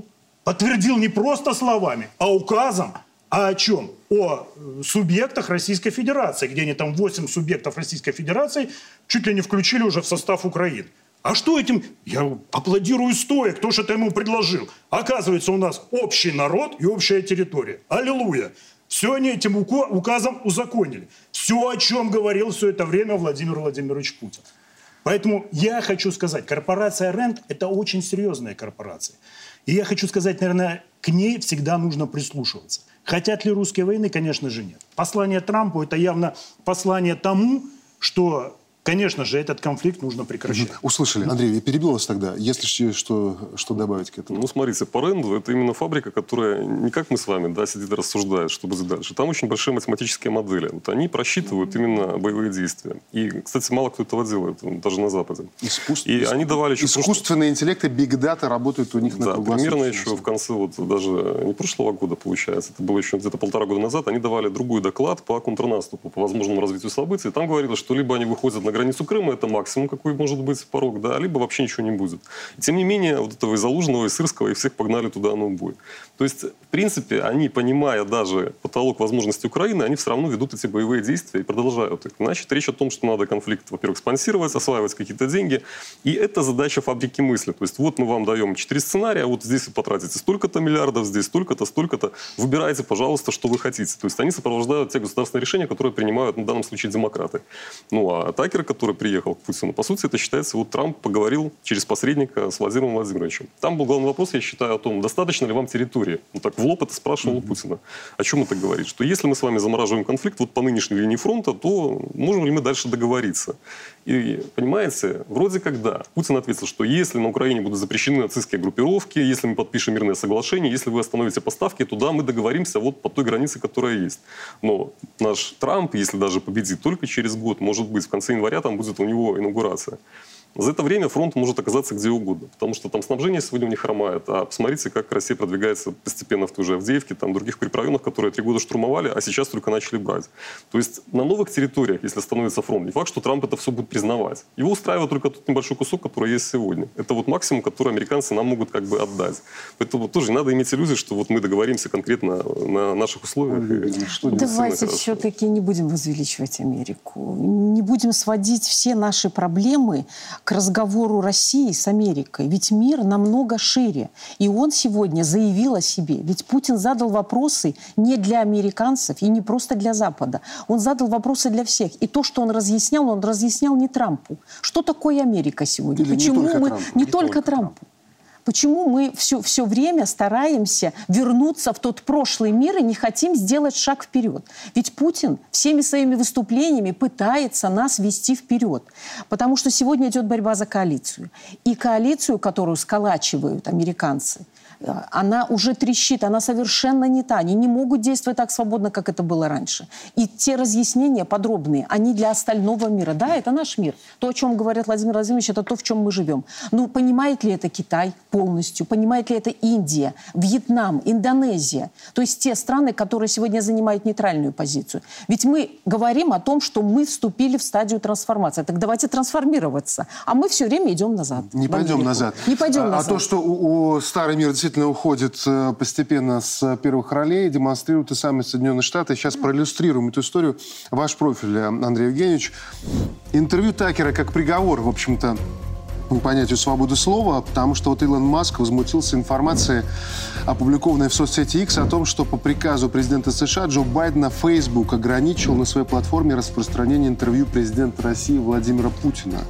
подтвердил не просто словами, а указом. А о чем? О субъектах Российской Федерации, где они там восемь субъектов Российской Федерации чуть ли не включили уже в состав Украины. А что этим? Я аплодирую стоя, кто же это ему предложил. Оказывается, у нас общий народ и общая территория. Аллилуйя. Все они этим указом узаконили. Все, о чем говорил все это время Владимир Владимирович Путин. Поэтому я хочу сказать, корпорация РЕНД – это очень серьезная корпорация. И я хочу сказать, наверное, к ней всегда нужно прислушиваться. Хотят ли русские войны? Конечно же нет. Послание Трампу – это явно послание тому, что, конечно же, этот конфликт нужно прекращать. Услышали. Андрей, я перебил вас тогда. Если что, что добавить к этому? Ну, смотрите, по РЕНДу это именно фабрика, которая не как мы с вами, да, сидит и рассуждает, что будет дальше. Там очень большие математические модели. Вот они просчитывают именно боевые действия. И, кстати, мало кто этого делает, даже на Западе. Искусств... И они давали еще Искусственный прошлый... интеллект и биг-дата работают у них на да, круглосуточно. примерно еще в конце, вот даже не прошлого года, получается, это было еще где-то полтора года назад, они давали другой доклад по контрнаступу, по возможному развитию событий. Там говорилось, что либо они выходят на границу Крыма, это максимум, какой может быть порог, да, либо вообще ничего не будет. И, тем не менее, вот этого и Залужного, и Сырского, и всех погнали туда на убой. То есть, в принципе, они, понимая даже потолок возможностей Украины, они все равно ведут эти боевые действия и продолжают их. Значит, речь о том, что надо конфликт, во-первых, спонсировать, осваивать какие-то деньги. И это задача фабрики мысли. То есть, вот мы вам даем четыре сценария, вот здесь вы потратите столько-то миллиардов, здесь столько-то, столько-то. Выбирайте, пожалуйста, что вы хотите. То есть, они сопровождают те государственные решения, которые принимают, в данном случае, демократы. Ну, а Такер, который приехал к Путину, по сути, это считается, вот Трамп поговорил через посредника с Владимиром Владимировичем. Там был главный вопрос, я считаю, о том, достаточно ли вам территории. Ну, так в лоб это спрашивал у Путина. О чем это говорит? Что если мы с вами замораживаем конфликт вот по нынешней линии фронта, то можем ли мы дальше договориться? И, понимаете, вроде как да. Путин ответил, что если на Украине будут запрещены нацистские группировки, если мы подпишем мирное соглашение, если вы остановите поставки, туда мы договоримся вот по той границе, которая есть. Но наш Трамп, если даже победит только через год, может быть, в конце января там будет у него инаугурация. За это время фронт может оказаться где угодно, потому что там снабжение сегодня у них хромает. А посмотрите, как Россия продвигается постепенно в той же Авдеевке, там других укрепрайонах, которые три года штурмовали, а сейчас только начали брать. То есть на новых территориях, если становится фронт, не факт, что Трамп это все будет признавать. Его устраивает только тот небольшой кусок, который есть сегодня. Это вот максимум, который американцы нам могут как бы отдать. Поэтому тоже не надо иметь иллюзии, что вот мы договоримся конкретно на наших условиях. И давайте все-таки не будем возвеличивать Америку. Не будем сводить все наши проблемы к разговору России с Америкой. Ведь мир намного шире. И он сегодня заявил о себе. Ведь Путин задал вопросы не для американцев и не просто для Запада. Он задал вопросы для всех. И то, что он разъяснял, он разъяснял не Трампу. Что такое Америка сегодня? Или Почему не только мы... Трампу. Не, Не только, только Трампу. Почему мы все, все время стараемся вернуться в тот прошлый мир и не хотим сделать шаг вперед? Ведь Путин всеми своими выступлениями пытается нас вести вперед. Потому что сегодня идет борьба за коалицию. И коалицию, которую сколачивают американцы, она уже трещит, она совершенно не та. Они не могут действовать так свободно, как это было раньше. И те разъяснения подробные, они для остального мира. Да, это наш мир. То, о чем говорит Владимир Владимирович, это то, в чем мы живем. Но понимает ли это Китай полностью? Понимает ли это Индия, Вьетнам, Индонезия? То есть те страны, которые сегодня занимают нейтральную позицию. Ведь мы говорим о том, что мы вступили в стадию трансформации. Так давайте трансформироваться. А мы все время идем назад. Не пойдем назад. Не пойдем а, назад. А то, что у, у старый мир действительно уходит постепенно с первых ролей, демонстрируют и сами Соединенные Штаты. Сейчас проиллюстрируем эту историю. Ваш профиль, Андрей Евгеньевич. Интервью Такера как приговор, в общем-то, по понятию свободы слова, потому что вот Илон Маск возмутился информацией, опубликованной в соцсети X, о том, что по приказу президента США Джо Байдена Facebook ограничил на своей платформе распространение интервью президента России Владимира Путина.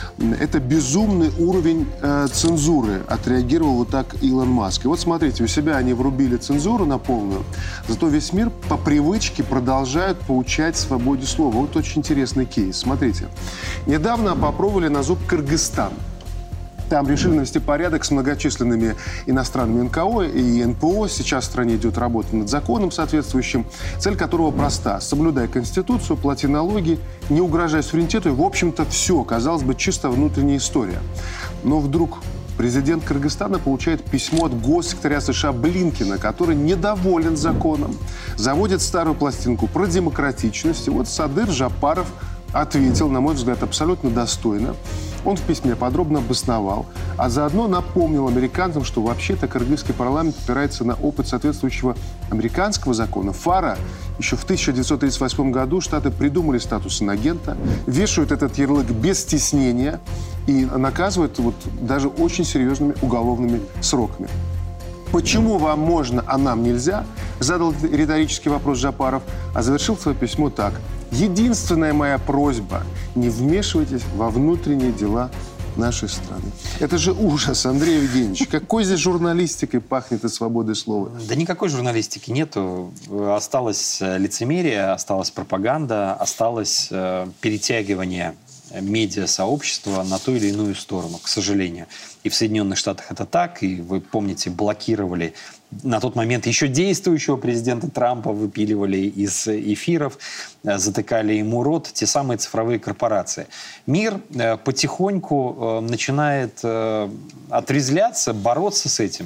Это безумный уровень э, цензуры, отреагировал вот так Илон Маск. И вот смотрите, у себя они врубили цензуру на полную, зато весь мир по привычке продолжает поучать свободе слова. Вот очень интересный кейс. Смотрите, недавно попробовали на зуб Кыргызстан. Там решили навести порядок с многочисленными иностранными эн ка о и эн пэ о. Сейчас в стране идет работа над законом соответствующим, цель которого проста. Соблюдай Конституцию, плати налоги, не угрожай суверенитету. И, в общем-то, все, казалось бы, чисто внутренняя история. Но вдруг президент Кыргызстана получает письмо от госсекретаря США Блинкена, который недоволен законом, заводит старую пластинку про демократичность. И вот Садыр Жапаров ответил, на мой взгляд, абсолютно достойно. Он в письме подробно обосновал, а заодно напомнил американцам, что вообще-то кыргызский парламент опирается на опыт соответствующего американского закона ФАРа. Еще в тысяча девятьсот тридцать восьмом году Штаты придумали статус инагента, вешают этот ярлык без стеснения и наказывают вот даже очень серьезными уголовными сроками. «Почему вам можно, а нам нельзя?» – задал риторический вопрос Жапаров, а завершил свое письмо так. «Единственная моя просьба – не вмешивайтесь во внутренние дела нашей страны». Это же ужас, Андрей Евгеньевич. Какой здесь журналистикой пахнет и свободой слова? Да никакой журналистики нету. Осталось лицемерие, осталась пропаганда, осталось э, перетягивание медиасообщества на ту или иную сторону, к сожалению. И в Соединенных Штатах это так, и вы помните, блокировали на тот момент еще действующего президента Трампа, выпиливали из эфиров, затыкали ему рот те самые цифровые корпорации. Мир потихоньку начинает отрезвляться, бороться с этим.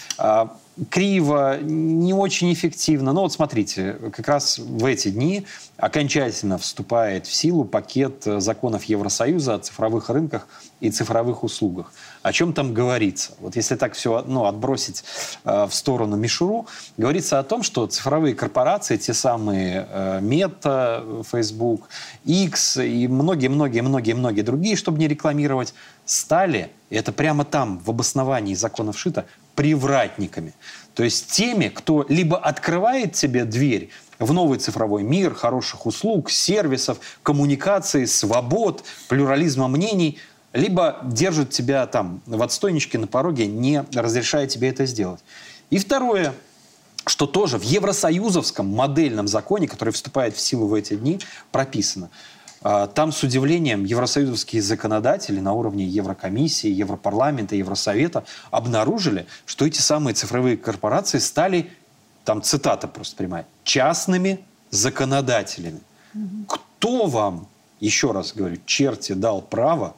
Криво, не очень эффективно. Но вот смотрите, как раз в эти дни окончательно вступает в силу пакет законов Евросоюза о цифровых рынках и цифровых услугах. О чем там говорится? Вот если так все ну, отбросить э, в сторону мишуру, говорится о том, что цифровые корпорации, те самые э, Meta, Facebook, X и многие-многие-многие-многие другие, чтобы не рекламировать, стали, и это прямо там, в обосновании законов ШИТа, привратниками. То есть теми, кто либо открывает тебе дверь в новый цифровой мир, хороших услуг, сервисов, коммуникаций, свобод, плюрализма мнений, либо держит тебя там в отстойничке на пороге, не разрешая тебе это сделать. И второе, что тоже в евросоюзовском модельном законе, который вступает в силу в эти дни, прописано. Там с удивлением евросоюзовские законодатели на уровне Еврокомиссии, Европарламента, Евросовета обнаружили, что эти самые цифровые корпорации стали, там цитата просто прямая, частными законодателями. Mm-hmm. Кто вам, еще раз говорю, черти дал право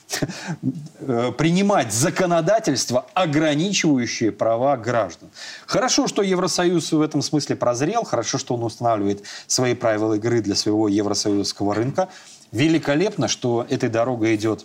принимать законодательство, ограничивающее права граждан? Хорошо, что Евросоюз в этом смысле прозрел, хорошо, что он устанавливает свои правила игры для своего евросоюзского рынка. Великолепно, что этой дорогой идет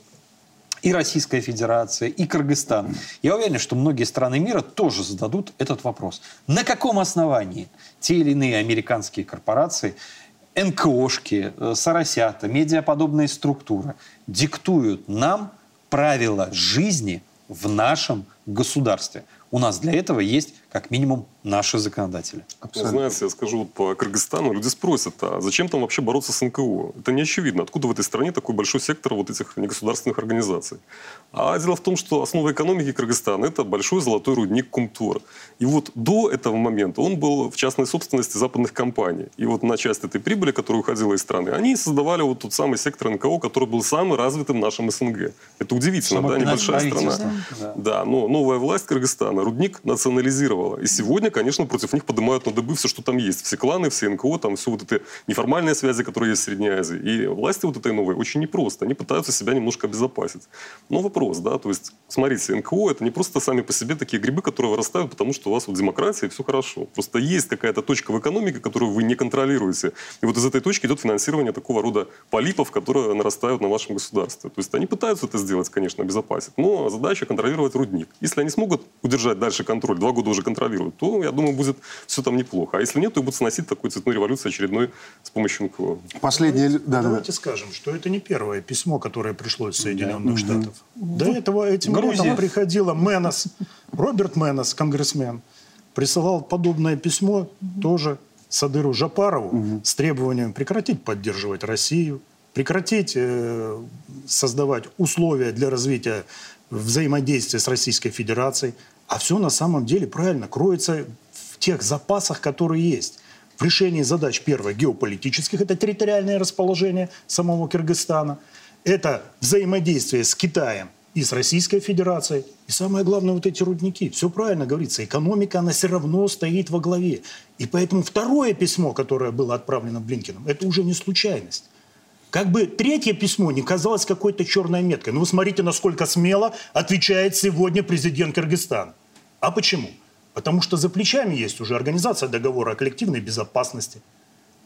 и Российская Федерация, и Кыргызстан. Я уверен, что многие страны мира тоже зададут этот вопрос. На каком основании те или иные американские корпорации, эн ка о-шки, соросята, медиаподобные структуры диктуют нам правила жизни в нашем государстве? У нас для этого есть, как минимум, наши законодатели. Абсолютно. Знаете, я скажу вот по Кыргызстану, люди спросят, а зачем там вообще бороться с эн ка о? Это не очевидно. Откуда в этой стране такой большой сектор вот этих негосударственных организаций? А дело в том, что основа экономики Кыргызстана – это большой золотой рудник Кумтор. И вот до этого момента он был в частной собственности западных компаний. И вот на часть этой прибыли, которая уходила из страны, они создавали вот тот самый сектор эн ка о, который был самым развитым в нашем эс эн гэ. Это удивительно, да, небольшая страна. Да. Да, но новая власть Кыргызстана рудник национализировала. И сегодня, конечно, против них поднимают на дыбы все, что там есть. Все кланы, все эн ка о, там все вот эти неформальные связи, которые есть в Средней Азии. И власти вот этой новой очень непросто. Они пытаются себя немножко обезопасить. Но вопрос, да, то есть, смотрите, эн ка о это не просто сами по себе такие грибы, которые вырастают, потому что у вас вот демократия и все хорошо. Просто есть какая-то точка в экономике, которую вы не контролируете. И вот из этой точки идет финансирование такого рода полипов, которые нарастают на вашем государстве. То есть они пытаются это сделать, конечно, обезопасить. Но задача контролировать рудник. Если они смогут удержать дальше контроль, два года уже контролируют, то, я думаю, будет все там неплохо. А если нет, то и будут сносить такой цветной революции очередной с помощью эн ка о. Последнее... Давайте, да, давайте да. скажем, что это не первое письмо, которое пришло из Соединенных да. Штатов. Угу. До этого этим летом приходила Менос, Роберт Менос, конгрессмен, присылал подобное письмо тоже Садыру Жапарову угу. с требованием прекратить поддерживать Россию, прекратить э, создавать условия для развития взаимодействия с Российской Федерацией. А все на самом деле правильно кроется в тех запасах, которые есть. В решении задач, первое, геополитических, это территориальное расположение самого Кыргызстана, это взаимодействие с Китаем и с Российской Федерацией. И самое главное, вот эти рудники. Все правильно говорится, экономика, она все равно стоит во главе. И поэтому второе письмо, которое было отправлено Блинкеном, это уже не случайность. Как бы третье письмо не казалось какой-то черной меткой. Но вы смотрите, насколько смело отвечает сегодня президент Кыргызстана. А почему? Потому что за плечами есть уже организация договора о коллективной безопасности,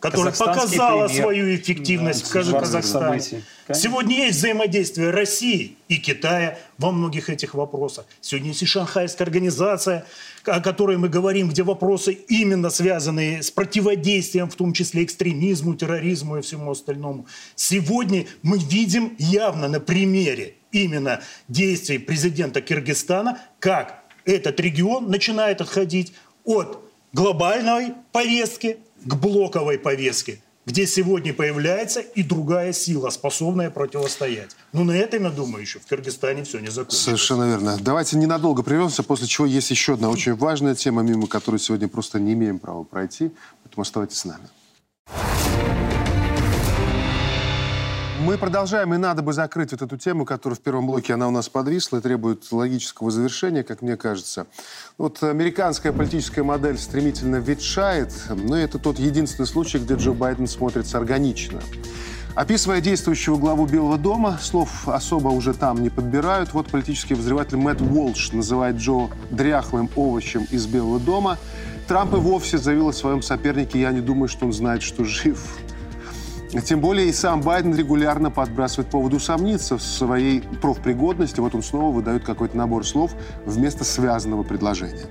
которая показала пример. свою эффективность да, в Казахстане. Сегодня есть взаимодействие России и Китая во многих этих вопросах. Сегодня есть и Шанхайская организация, о которой мы говорим, где вопросы именно связанные с противодействием, в том числе экстремизму, терроризму и всему остальному. Сегодня мы видим явно на примере именно действий президента Кыргызстана, как этот регион начинает отходить от глобальной повестки к блоковой повестке, где сегодня появляется и другая сила, способная противостоять. Но на этом, я думаю, еще в Кыргызстане все не закончится. Совершенно верно. Давайте ненадолго прервемся, после чего есть еще одна очень важная тема, мимо которой сегодня просто не имеем права пройти. Поэтому оставайтесь с нами. Мы продолжаем, и надо бы закрыть вот эту тему, которая в первом блоке, она у нас подвисла и требует логического завершения, как мне кажется. Вот американская политическая модель стремительно ветшает, но это тот единственный случай, где Джо Байден смотрится органично. Описывая действующего главу Белого дома, слов особо уже там не подбирают. Вот политический обозреватель Мэтт Уолш называет Джо дряхлым овощем из Белого дома. Трамп и вовсе заявил о своем сопернике: «Я не думаю, что он знает, что жив». Тем более и сам Байден регулярно подбрасывает повод усомниться в своей профпригодности. Вот он снова выдает какой-то набор слов вместо связанного предложения.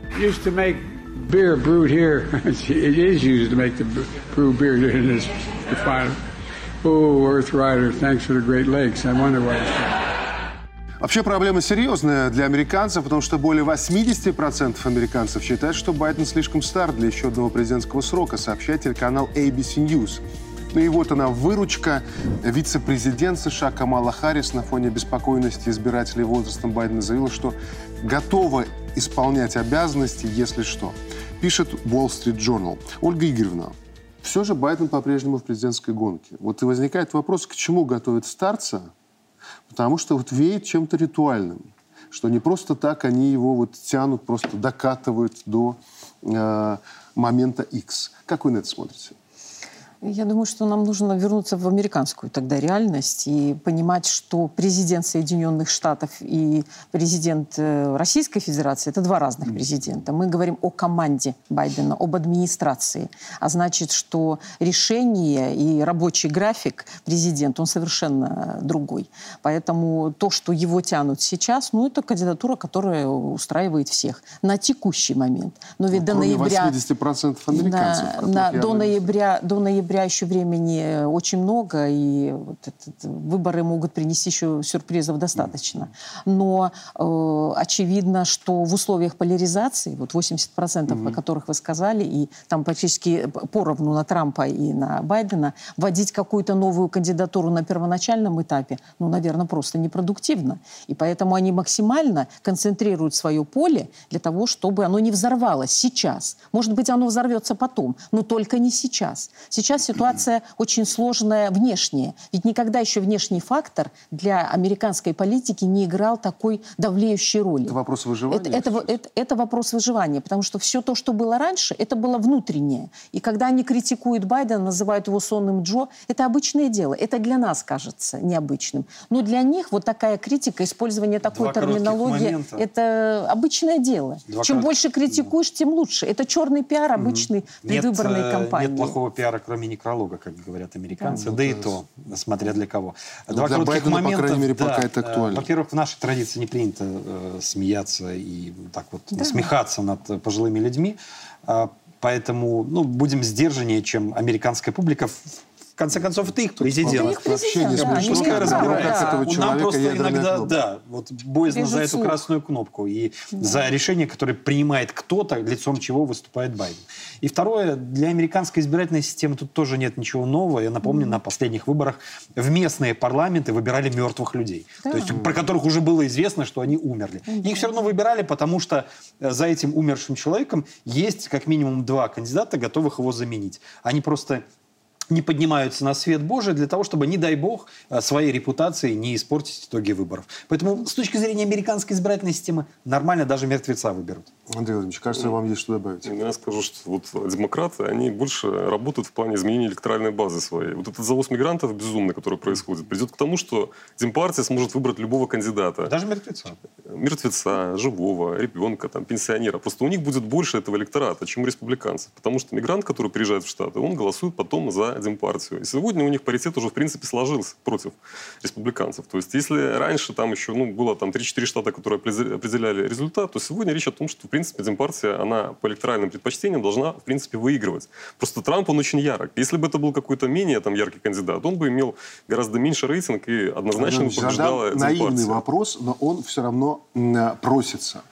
Вообще проблема серьезная для американцев, потому что более восемьдесят процентов американцев считают, что Байден слишком стар для еще одного президентского срока, сообщает телеканал эй би си News. Ну и вот она, выручка. Вице-президент США Камала Харрис на фоне беспокойности избирателей возрастом Байдена заявила, что готова исполнять обязанности, если что. Пишет Wall Street Journal. Ольга Игоревна, все же Байден по-прежнему в президентской гонке. Вот и возникает вопрос, к чему готовят старца, потому что вот веет чем-то ритуальным, что не просто так они его вот тянут, просто докатывают до э, момента X. Как вы на это смотрите? Я думаю, что нам нужно вернуться в американскую тогда реальность и понимать, что президент Соединенных Штатов и президент Российской Федерации – это два разных президента. Мы говорим о команде Байдена, об администрации. А значит, что решение и рабочий график президента, он совершенно другой. Поэтому то, что его тянут сейчас, ну, это кандидатура, которая устраивает всех на текущий момент. Но ведь ну, до ноября... восемьдесят процентов американцев. На, на, до, ноября, до ноября еще времени очень много, и вот это, выборы могут принести еще сюрпризов достаточно. Но э, очевидно, что в условиях поляризации, вот восемьдесят процентов, mm-hmm. о которых вы сказали, и там практически поровну на Трампа и на Байдена, вводить какую-то новую кандидатуру на первоначальном этапе, ну, наверное, просто непродуктивно. И поэтому они максимально концентрируют свое поле для того, чтобы оно не взорвалось сейчас. Может быть, оно взорвется потом, но только не сейчас. Сейчас ситуация очень сложная внешняя. Ведь никогда еще внешний фактор для американской политики не играл такой давлеющей роли. Это вопрос выживания? Это, это, это, это вопрос выживания, потому что все то, что было раньше, это было внутреннее. И когда они критикуют Байдена, называют его сонным Джо, это обычное дело. Это для нас кажется необычным. Но для них вот такая критика, использование такой Два терминологии, это обычное дело. Два Чем корот... больше критикуешь, тем лучше. Это черный пиар обычный mm-hmm. предвыборной нет, кампании. Нет плохого пиара, кроме некролога, как говорят американцы. Да, да и то, смотря для кого. Ну, Два для коротких Байдена, момента, по крайней мере, да, пока это актуально. Во-первых, в нашей традиции не принято э, смеяться и так вот да. насмехаться над пожилыми людьми. Э, поэтому ну, будем сдержаннее, чем американская публика. В конце концов, это их президент. Это их президент, да, Пускай разбирается. Этого Нам просто иногда, кнопку. да, вот боязно Режет за эту слух. красную кнопку. И да. за решение, которое принимает кто-то, лицом чего выступает Байден. И второе, для американской избирательной системы тут тоже нет ничего нового. Я напомню, mm-hmm. на последних выборах в местные парламенты выбирали мертвых людей. Да. То есть про которых уже было известно, что они умерли. Mm-hmm. Их все равно выбирали, потому что за этим умершим человеком есть как минимум два кандидата, готовых его заменить. Они просто... не поднимаются на свет Божий для того, чтобы, не дай бог, своей репутацией не испортить итоги выборов. Поэтому с точки зрения американской избирательной системы нормально даже мертвеца выберут. Андрей Владимирович, кажется, вам есть что добавить. Я скажу, что вот демократы, они больше работают в плане изменения электоральной базы своей. Вот этот завоз мигрантов безумный, который происходит, придет к тому, что Демпартия сможет выбрать любого кандидата. Даже мертвеца. Мертвеца, живого, ребенка, там, пенсионера. Просто у них будет больше этого электората, чем у республиканцев. Потому что мигрант, который приезжает в Штаты, он голосует потом за Демпартию. И сегодня у них паритет уже, в принципе, сложился против республиканцев. То есть, если раньше там еще ну, было там три-четыре штата, которые определяли результат, то сегодня речь о том, что, в принципе, Демпартия, она по электоральным предпочтениям должна, в принципе, выигрывать. Просто Трамп, он очень ярок. Если бы это был какой-то менее там, яркий кандидат, он бы имел гораздо меньше рейтинг и однозначно бы побеждала Демпартия. Наивный вопрос, но он все равно просится.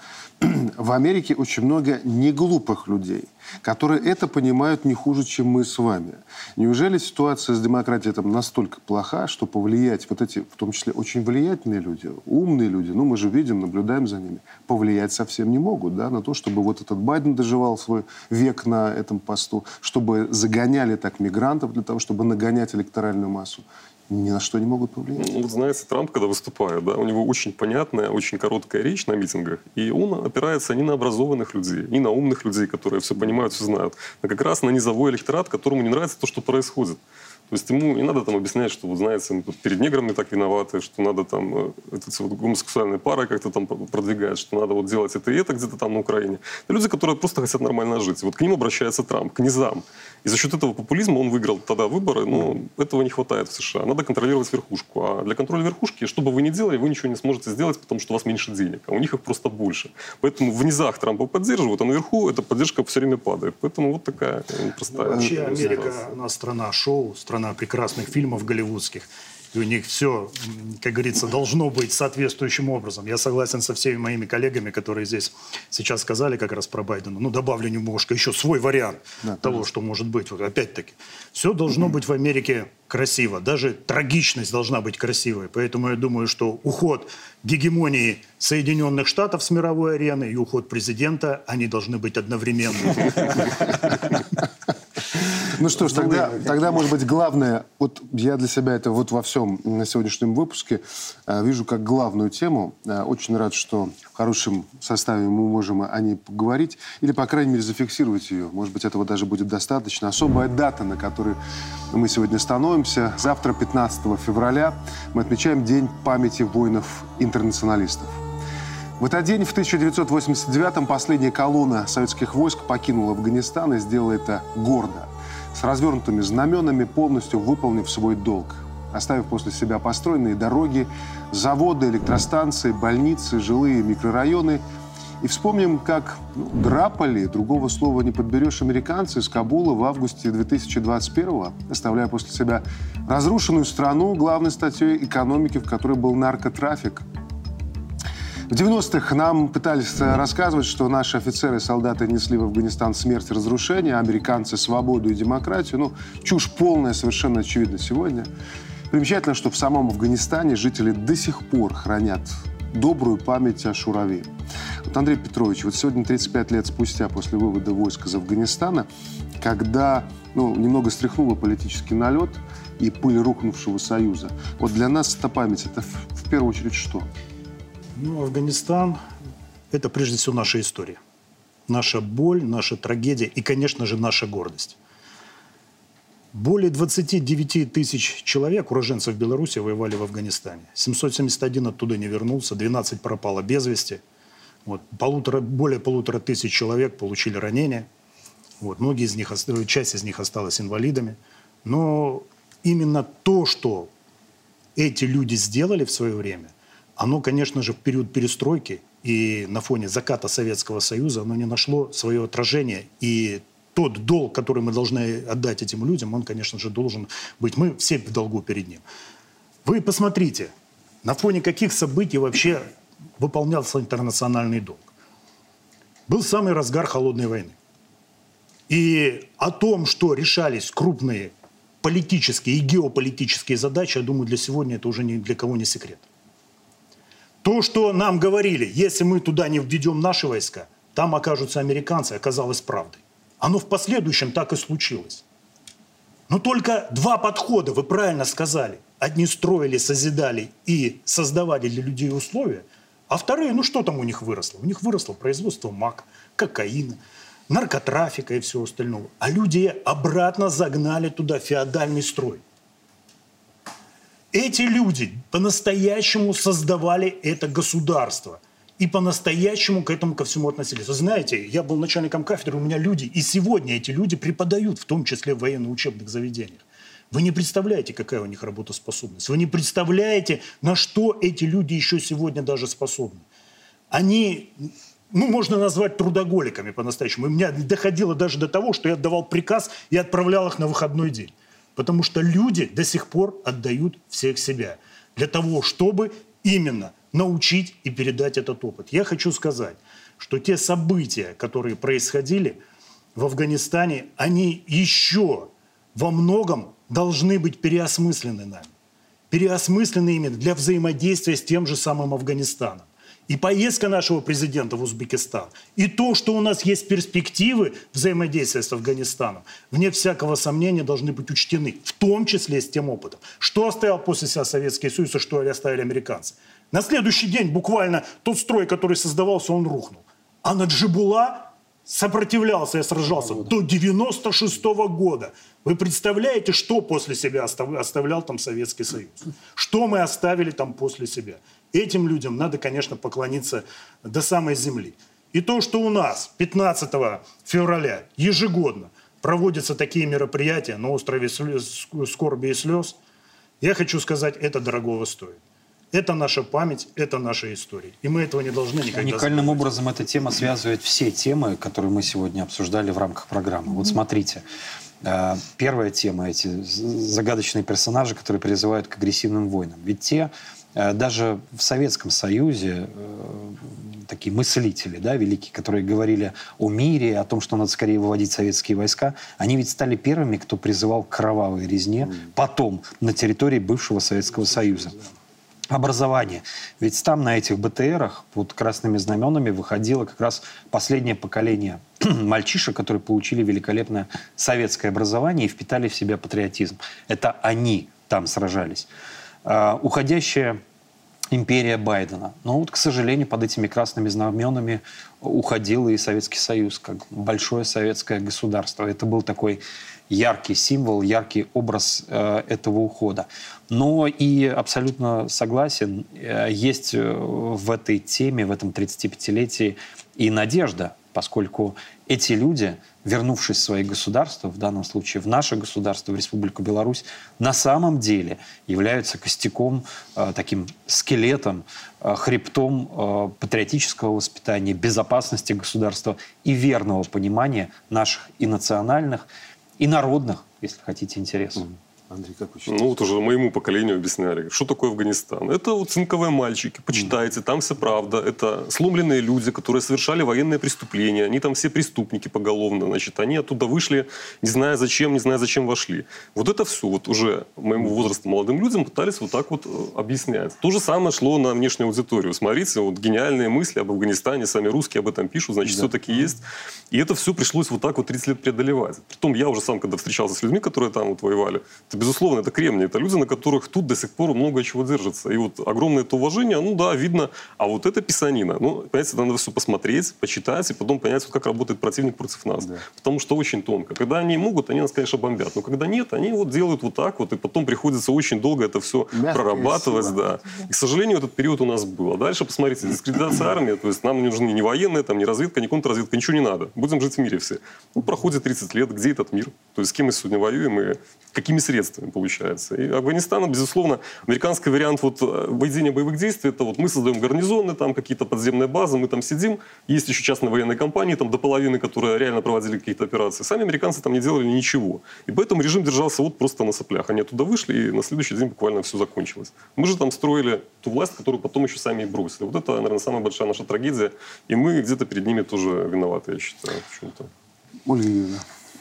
В Америке очень много неглупых людей, которые это понимают не хуже, чем мы с вами. Неужели ситуация с демократией там настолько плоха, что повлиять вот эти, в том числе, очень влиятельные люди, умные люди, ну, мы же видим, наблюдаем за ними, повлиять совсем не могут, да, на то, чтобы вот этот Байден доживал свой век на этом посту, чтобы загоняли так мигрантов для того, чтобы нагонять электоральную массу. Ни на что не могут повлиять. Ну, вот знаете, Трамп, когда выступает, да, у него очень понятная, очень короткая речь на митингах, и он опирается не на образованных людей, не на умных людей, которые все понимают, все знают, а как раз на низовой электорат, которому не нравится то, что происходит. То есть ему не надо там объяснять, что, вот знаете, мы тут перед неграми так виноваты, что надо там эти вот гомосексуальные пары как-то там продвигать, что надо вот делать это и это где-то там на Украине. Это люди, которые просто хотят нормально жить. И вот к ним обращается Трамп, к низам. И за счет этого популизма он выиграл тогда выборы, но этого не хватает в США. Надо контролировать верхушку. А для контроля верхушки, что бы вы ни делали, вы ничего не сможете сделать, потому что у вас меньше денег. А у них их просто больше. Поэтому в низах Трампа поддерживают, а наверху эта поддержка все время падает. Поэтому вот такая простая... Вообще Америка, она страна шоу, страна прекрасных фильмов голливудских. И у них все, как говорится, должно быть соответствующим образом. Я согласен со всеми моими коллегами, которые здесь сейчас сказали как раз про Байдена. Ну, добавлю немножко еще свой вариант да, того, конечно. Что может быть. Вот опять-таки, все должно быть в Америке красиво. Даже трагичность должна быть красивой. Поэтому я думаю, что уход гегемонии Соединенных Штатов с мировой арены и уход президента, они должны быть одновременно. Ну что ж, тогда, тогда, может быть, главное, вот я для себя это вот во всем на сегодняшнем выпуске э, вижу как главную тему. Э, очень рад, что в хорошем составе мы можем о ней поговорить или, по крайней мере, зафиксировать ее. Может быть, этого даже будет достаточно. Особая дата, на которой мы сегодня становимся. Завтра, пятнадцатого февраля, мы отмечаем День памяти воинов-интернационалистов. В этот день, в тысяча девятьсот восемьдесят девятом, последняя колонна советских войск покинула Афганистан и сделала это гордо, с развернутыми знаменами, полностью выполнив свой долг, оставив после себя построенные дороги, заводы, электростанции, больницы, жилые микрорайоны. И вспомним, как ну, драпали, другого слова не подберешь, американцы из Кабула в августе две тысячи двадцать первого, оставляя после себя разрушенную страну, главной статьей экономики, в которой был наркотрафик. В девяностых нам пытались рассказывать, что наши офицеры и солдаты несли в Афганистан смерть и разрушение, а американцы — свободу и демократию. Ну, чушь полная, совершенно очевидно сегодня. Примечательно, что в самом Афганистане жители до сих пор хранят добрую память о Шураве. Вот, Андрей Петрович, вот сегодня, тридцать пять лет спустя после вывода войск из Афганистана, когда ну, немного стряхнуло политический налет и пыль рухнувшего Союза, вот для нас эта память — это в, в первую очередь что? Ну, Афганистан – это прежде всего наша история. Наша боль, наша трагедия и, конечно же, наша гордость. Более двадцати девяти тысяч человек, уроженцев Беларуси, воевали в Афганистане. семьсот семьдесят один оттуда не вернулся, двенадцать пропало без вести. Вот. Полутора, более полутора тысяч человек получили ранения. Вот. Многие из них, часть из них осталась инвалидами. Но именно то, что эти люди сделали в свое время, оно, конечно же, в период перестройки и на фоне заката Советского Союза, оно не нашло свое отражение. И тот долг, который мы должны отдать этим людям, он, конечно же, должен быть. Мы все в долгу перед ним. Вы посмотрите, на фоне каких событий вообще выполнялся интернациональный долг. Был самый разгар холодной войны. И о том, что решались крупные политические и геополитические задачи, я думаю, для сегодня это уже ни для кого не секрет. То, что нам говорили, если мы туда не введем наши войска, там окажутся американцы, оказалось правдой. Оно в последующем так и случилось. Но только два подхода, вы правильно сказали. Одни строили, созидали и создавали для людей условия, а вторые, ну что там у них выросло? У них выросло производство мака, кокаина, наркотрафика и всего остального. А люди обратно загнали туда феодальный строй. Эти люди по-настоящему создавали это государство. И по-настоящему к этому ко всему относились. Вы знаете, я был начальником кафедры, у меня люди, и сегодня эти люди преподают, в том числе в военно-учебных заведениях. Вы не представляете, какая у них работоспособность. Вы не представляете, на что эти люди еще сегодня даже способны. Они, ну, можно назвать трудоголиками по-настоящему. И у меня доходило даже до того, что я отдавал приказ и отправлял их на выходной день. Потому что люди до сих пор отдают всех себя. Для того, чтобы именно научить и передать этот опыт. Я хочу сказать, что те события, которые происходили в Афганистане, они еще во многом должны быть переосмыслены нами. Переосмыслены именно для взаимодействия с тем же самым Афганистаном. И поездка нашего президента в Узбекистан, и то, что у нас есть перспективы взаимодействия с Афганистаном, вне всякого сомнения должны быть учтены, в том числе с тем опытом. Что оставил после себя Советский Союз, и что оставили американцы? На следующий день буквально тот строй, который создавался, он рухнул. А Наджибулла сопротивлялся и сражался до девяносто шестого года. Вы представляете, что после себя оставлял там Советский Союз? Что мы оставили там после себя? Этим людям надо, конечно, поклониться до самой земли. И то, что у нас пятнадцатого февраля ежегодно проводятся такие мероприятия на острове скорби и слез, я хочу сказать, это дорогого стоит. Это наша память, это наша история. И мы этого не должны никогда забывать. Уникальным образом эта тема связывает все темы, которые мы сегодня обсуждали в рамках программы. Вот смотрите. Первая тема – эти загадочные персонажи, которые призывают к агрессивным войнам. Ведь те, даже в Советском Союзе, такие мыслители, да, великие, которые говорили о мире, о том, что надо скорее выводить советские войска, они ведь стали первыми, кто призывал к кровавой резне потом на территории бывшего Советского Союза. Образование. Ведь там на этих БТРах под красными знаменами выходило как раз последнее поколение мальчишек, которые получили великолепное советское образование и впитали в себя патриотизм. Это они там сражались. А, уходящая империя Байдена. Но вот, к сожалению, под этими красными знаменами уходил и Советский Союз, как большое советское государство. Это был такой яркий символ, яркий образ э, этого ухода. Но и абсолютно согласен, э, есть в этой теме, в этом тридцатипятилетии и надежда, поскольку эти люди, вернувшись в свои государства, в данном случае в наше государство, в Республику Беларусь, на самом деле являются костяком, э, таким скелетом, э, хребтом э, патриотического воспитания, безопасности государства и верного понимания наших и национальных, и народных, если хотите, интересов. Андрей, как вы считаете? Ну, вот уже моему поколению объясняли, что такое Афганистан. Это вот цинковые мальчики, почитайте, там все правда. Это сломленные люди, которые совершали военные преступления. Они там все преступники поголовно. Значит, они оттуда вышли, не зная зачем, не зная зачем вошли. Вот это все вот уже моему возрасту молодым людям пытались вот так вот объяснять. То же самое шло на внешнюю аудиторию. Смотрите, вот гениальные мысли об Афганистане, сами русские об этом пишут, значит, да. все-таки есть. И это все пришлось вот так вот тридцать лет преодолевать. Притом я уже сам, когда встречался с людьми, которые там вот воевали, безусловно, это кремни. Это люди, на которых тут до сих пор много чего держится. И вот огромное это уважение, ну да, видно. А вот это писанина. Ну, понимаете, надо все посмотреть, почитать, и потом понять, вот как работает противник против нас. Да. Потому что очень тонко. Когда они могут, они нас, конечно, бомбят. Но когда нет, они вот делают вот так вот. И потом приходится очень долго это все мягкая прорабатывать. Да. И, к сожалению, этот период у нас был. А дальше, посмотрите, дискредитация армии. То есть нам не нужны ни военные, там, ни разведка, ни контрразведка. Ничего не надо. Будем жить в мире все. Ну, проходит тридцать лет. Где этот мир? То есть с кем мы сегодня воюем и какими средствами получается. И Афганистан, безусловно, американский вариант вот введения боевых действий, это вот мы создаем гарнизоны, там какие-то подземные базы, мы там сидим. Есть еще частные военные компании, там до половины, которые реально проводили какие-то операции. Сами американцы там не делали ничего. И поэтому режим держался вот просто на соплях. Они оттуда вышли, и на следующий день буквально все закончилось. Мы же там строили ту власть, которую потом еще сами и бросили. Вот это, наверное, самая большая наша трагедия. И мы где-то перед ними тоже виноваты, я считаю, в чем-то. Ольга Юрьевна.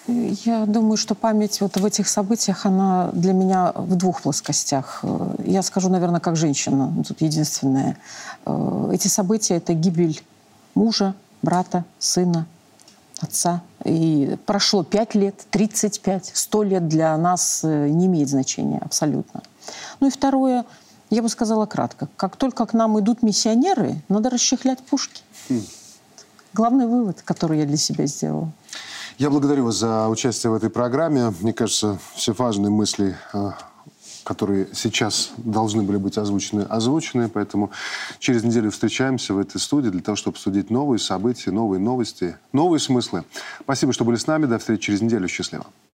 Я думаю, что память вот в этих событиях, она для меня в двух плоскостях. Я скажу, наверное, как женщина, тут единственная. Эти события — это гибель мужа, брата, сына, отца, И прошло пять лет, тридцать пять, сто лет для нас не имеет значения абсолютно. Ну и второе, я бы сказала кратко. Как только к нам идут миссионеры, надо расчехлять пушки. Mm. Главный вывод, который я для себя сделала. Я благодарю вас за участие в этой программе. Мне кажется, все важные мысли, которые сейчас должны были быть озвучены, озвучены. Поэтому через неделю встречаемся в этой студии для того, чтобы обсудить новые события, новые новости, новые смыслы. Спасибо, что были с нами. До встречи через неделю. Счастливо.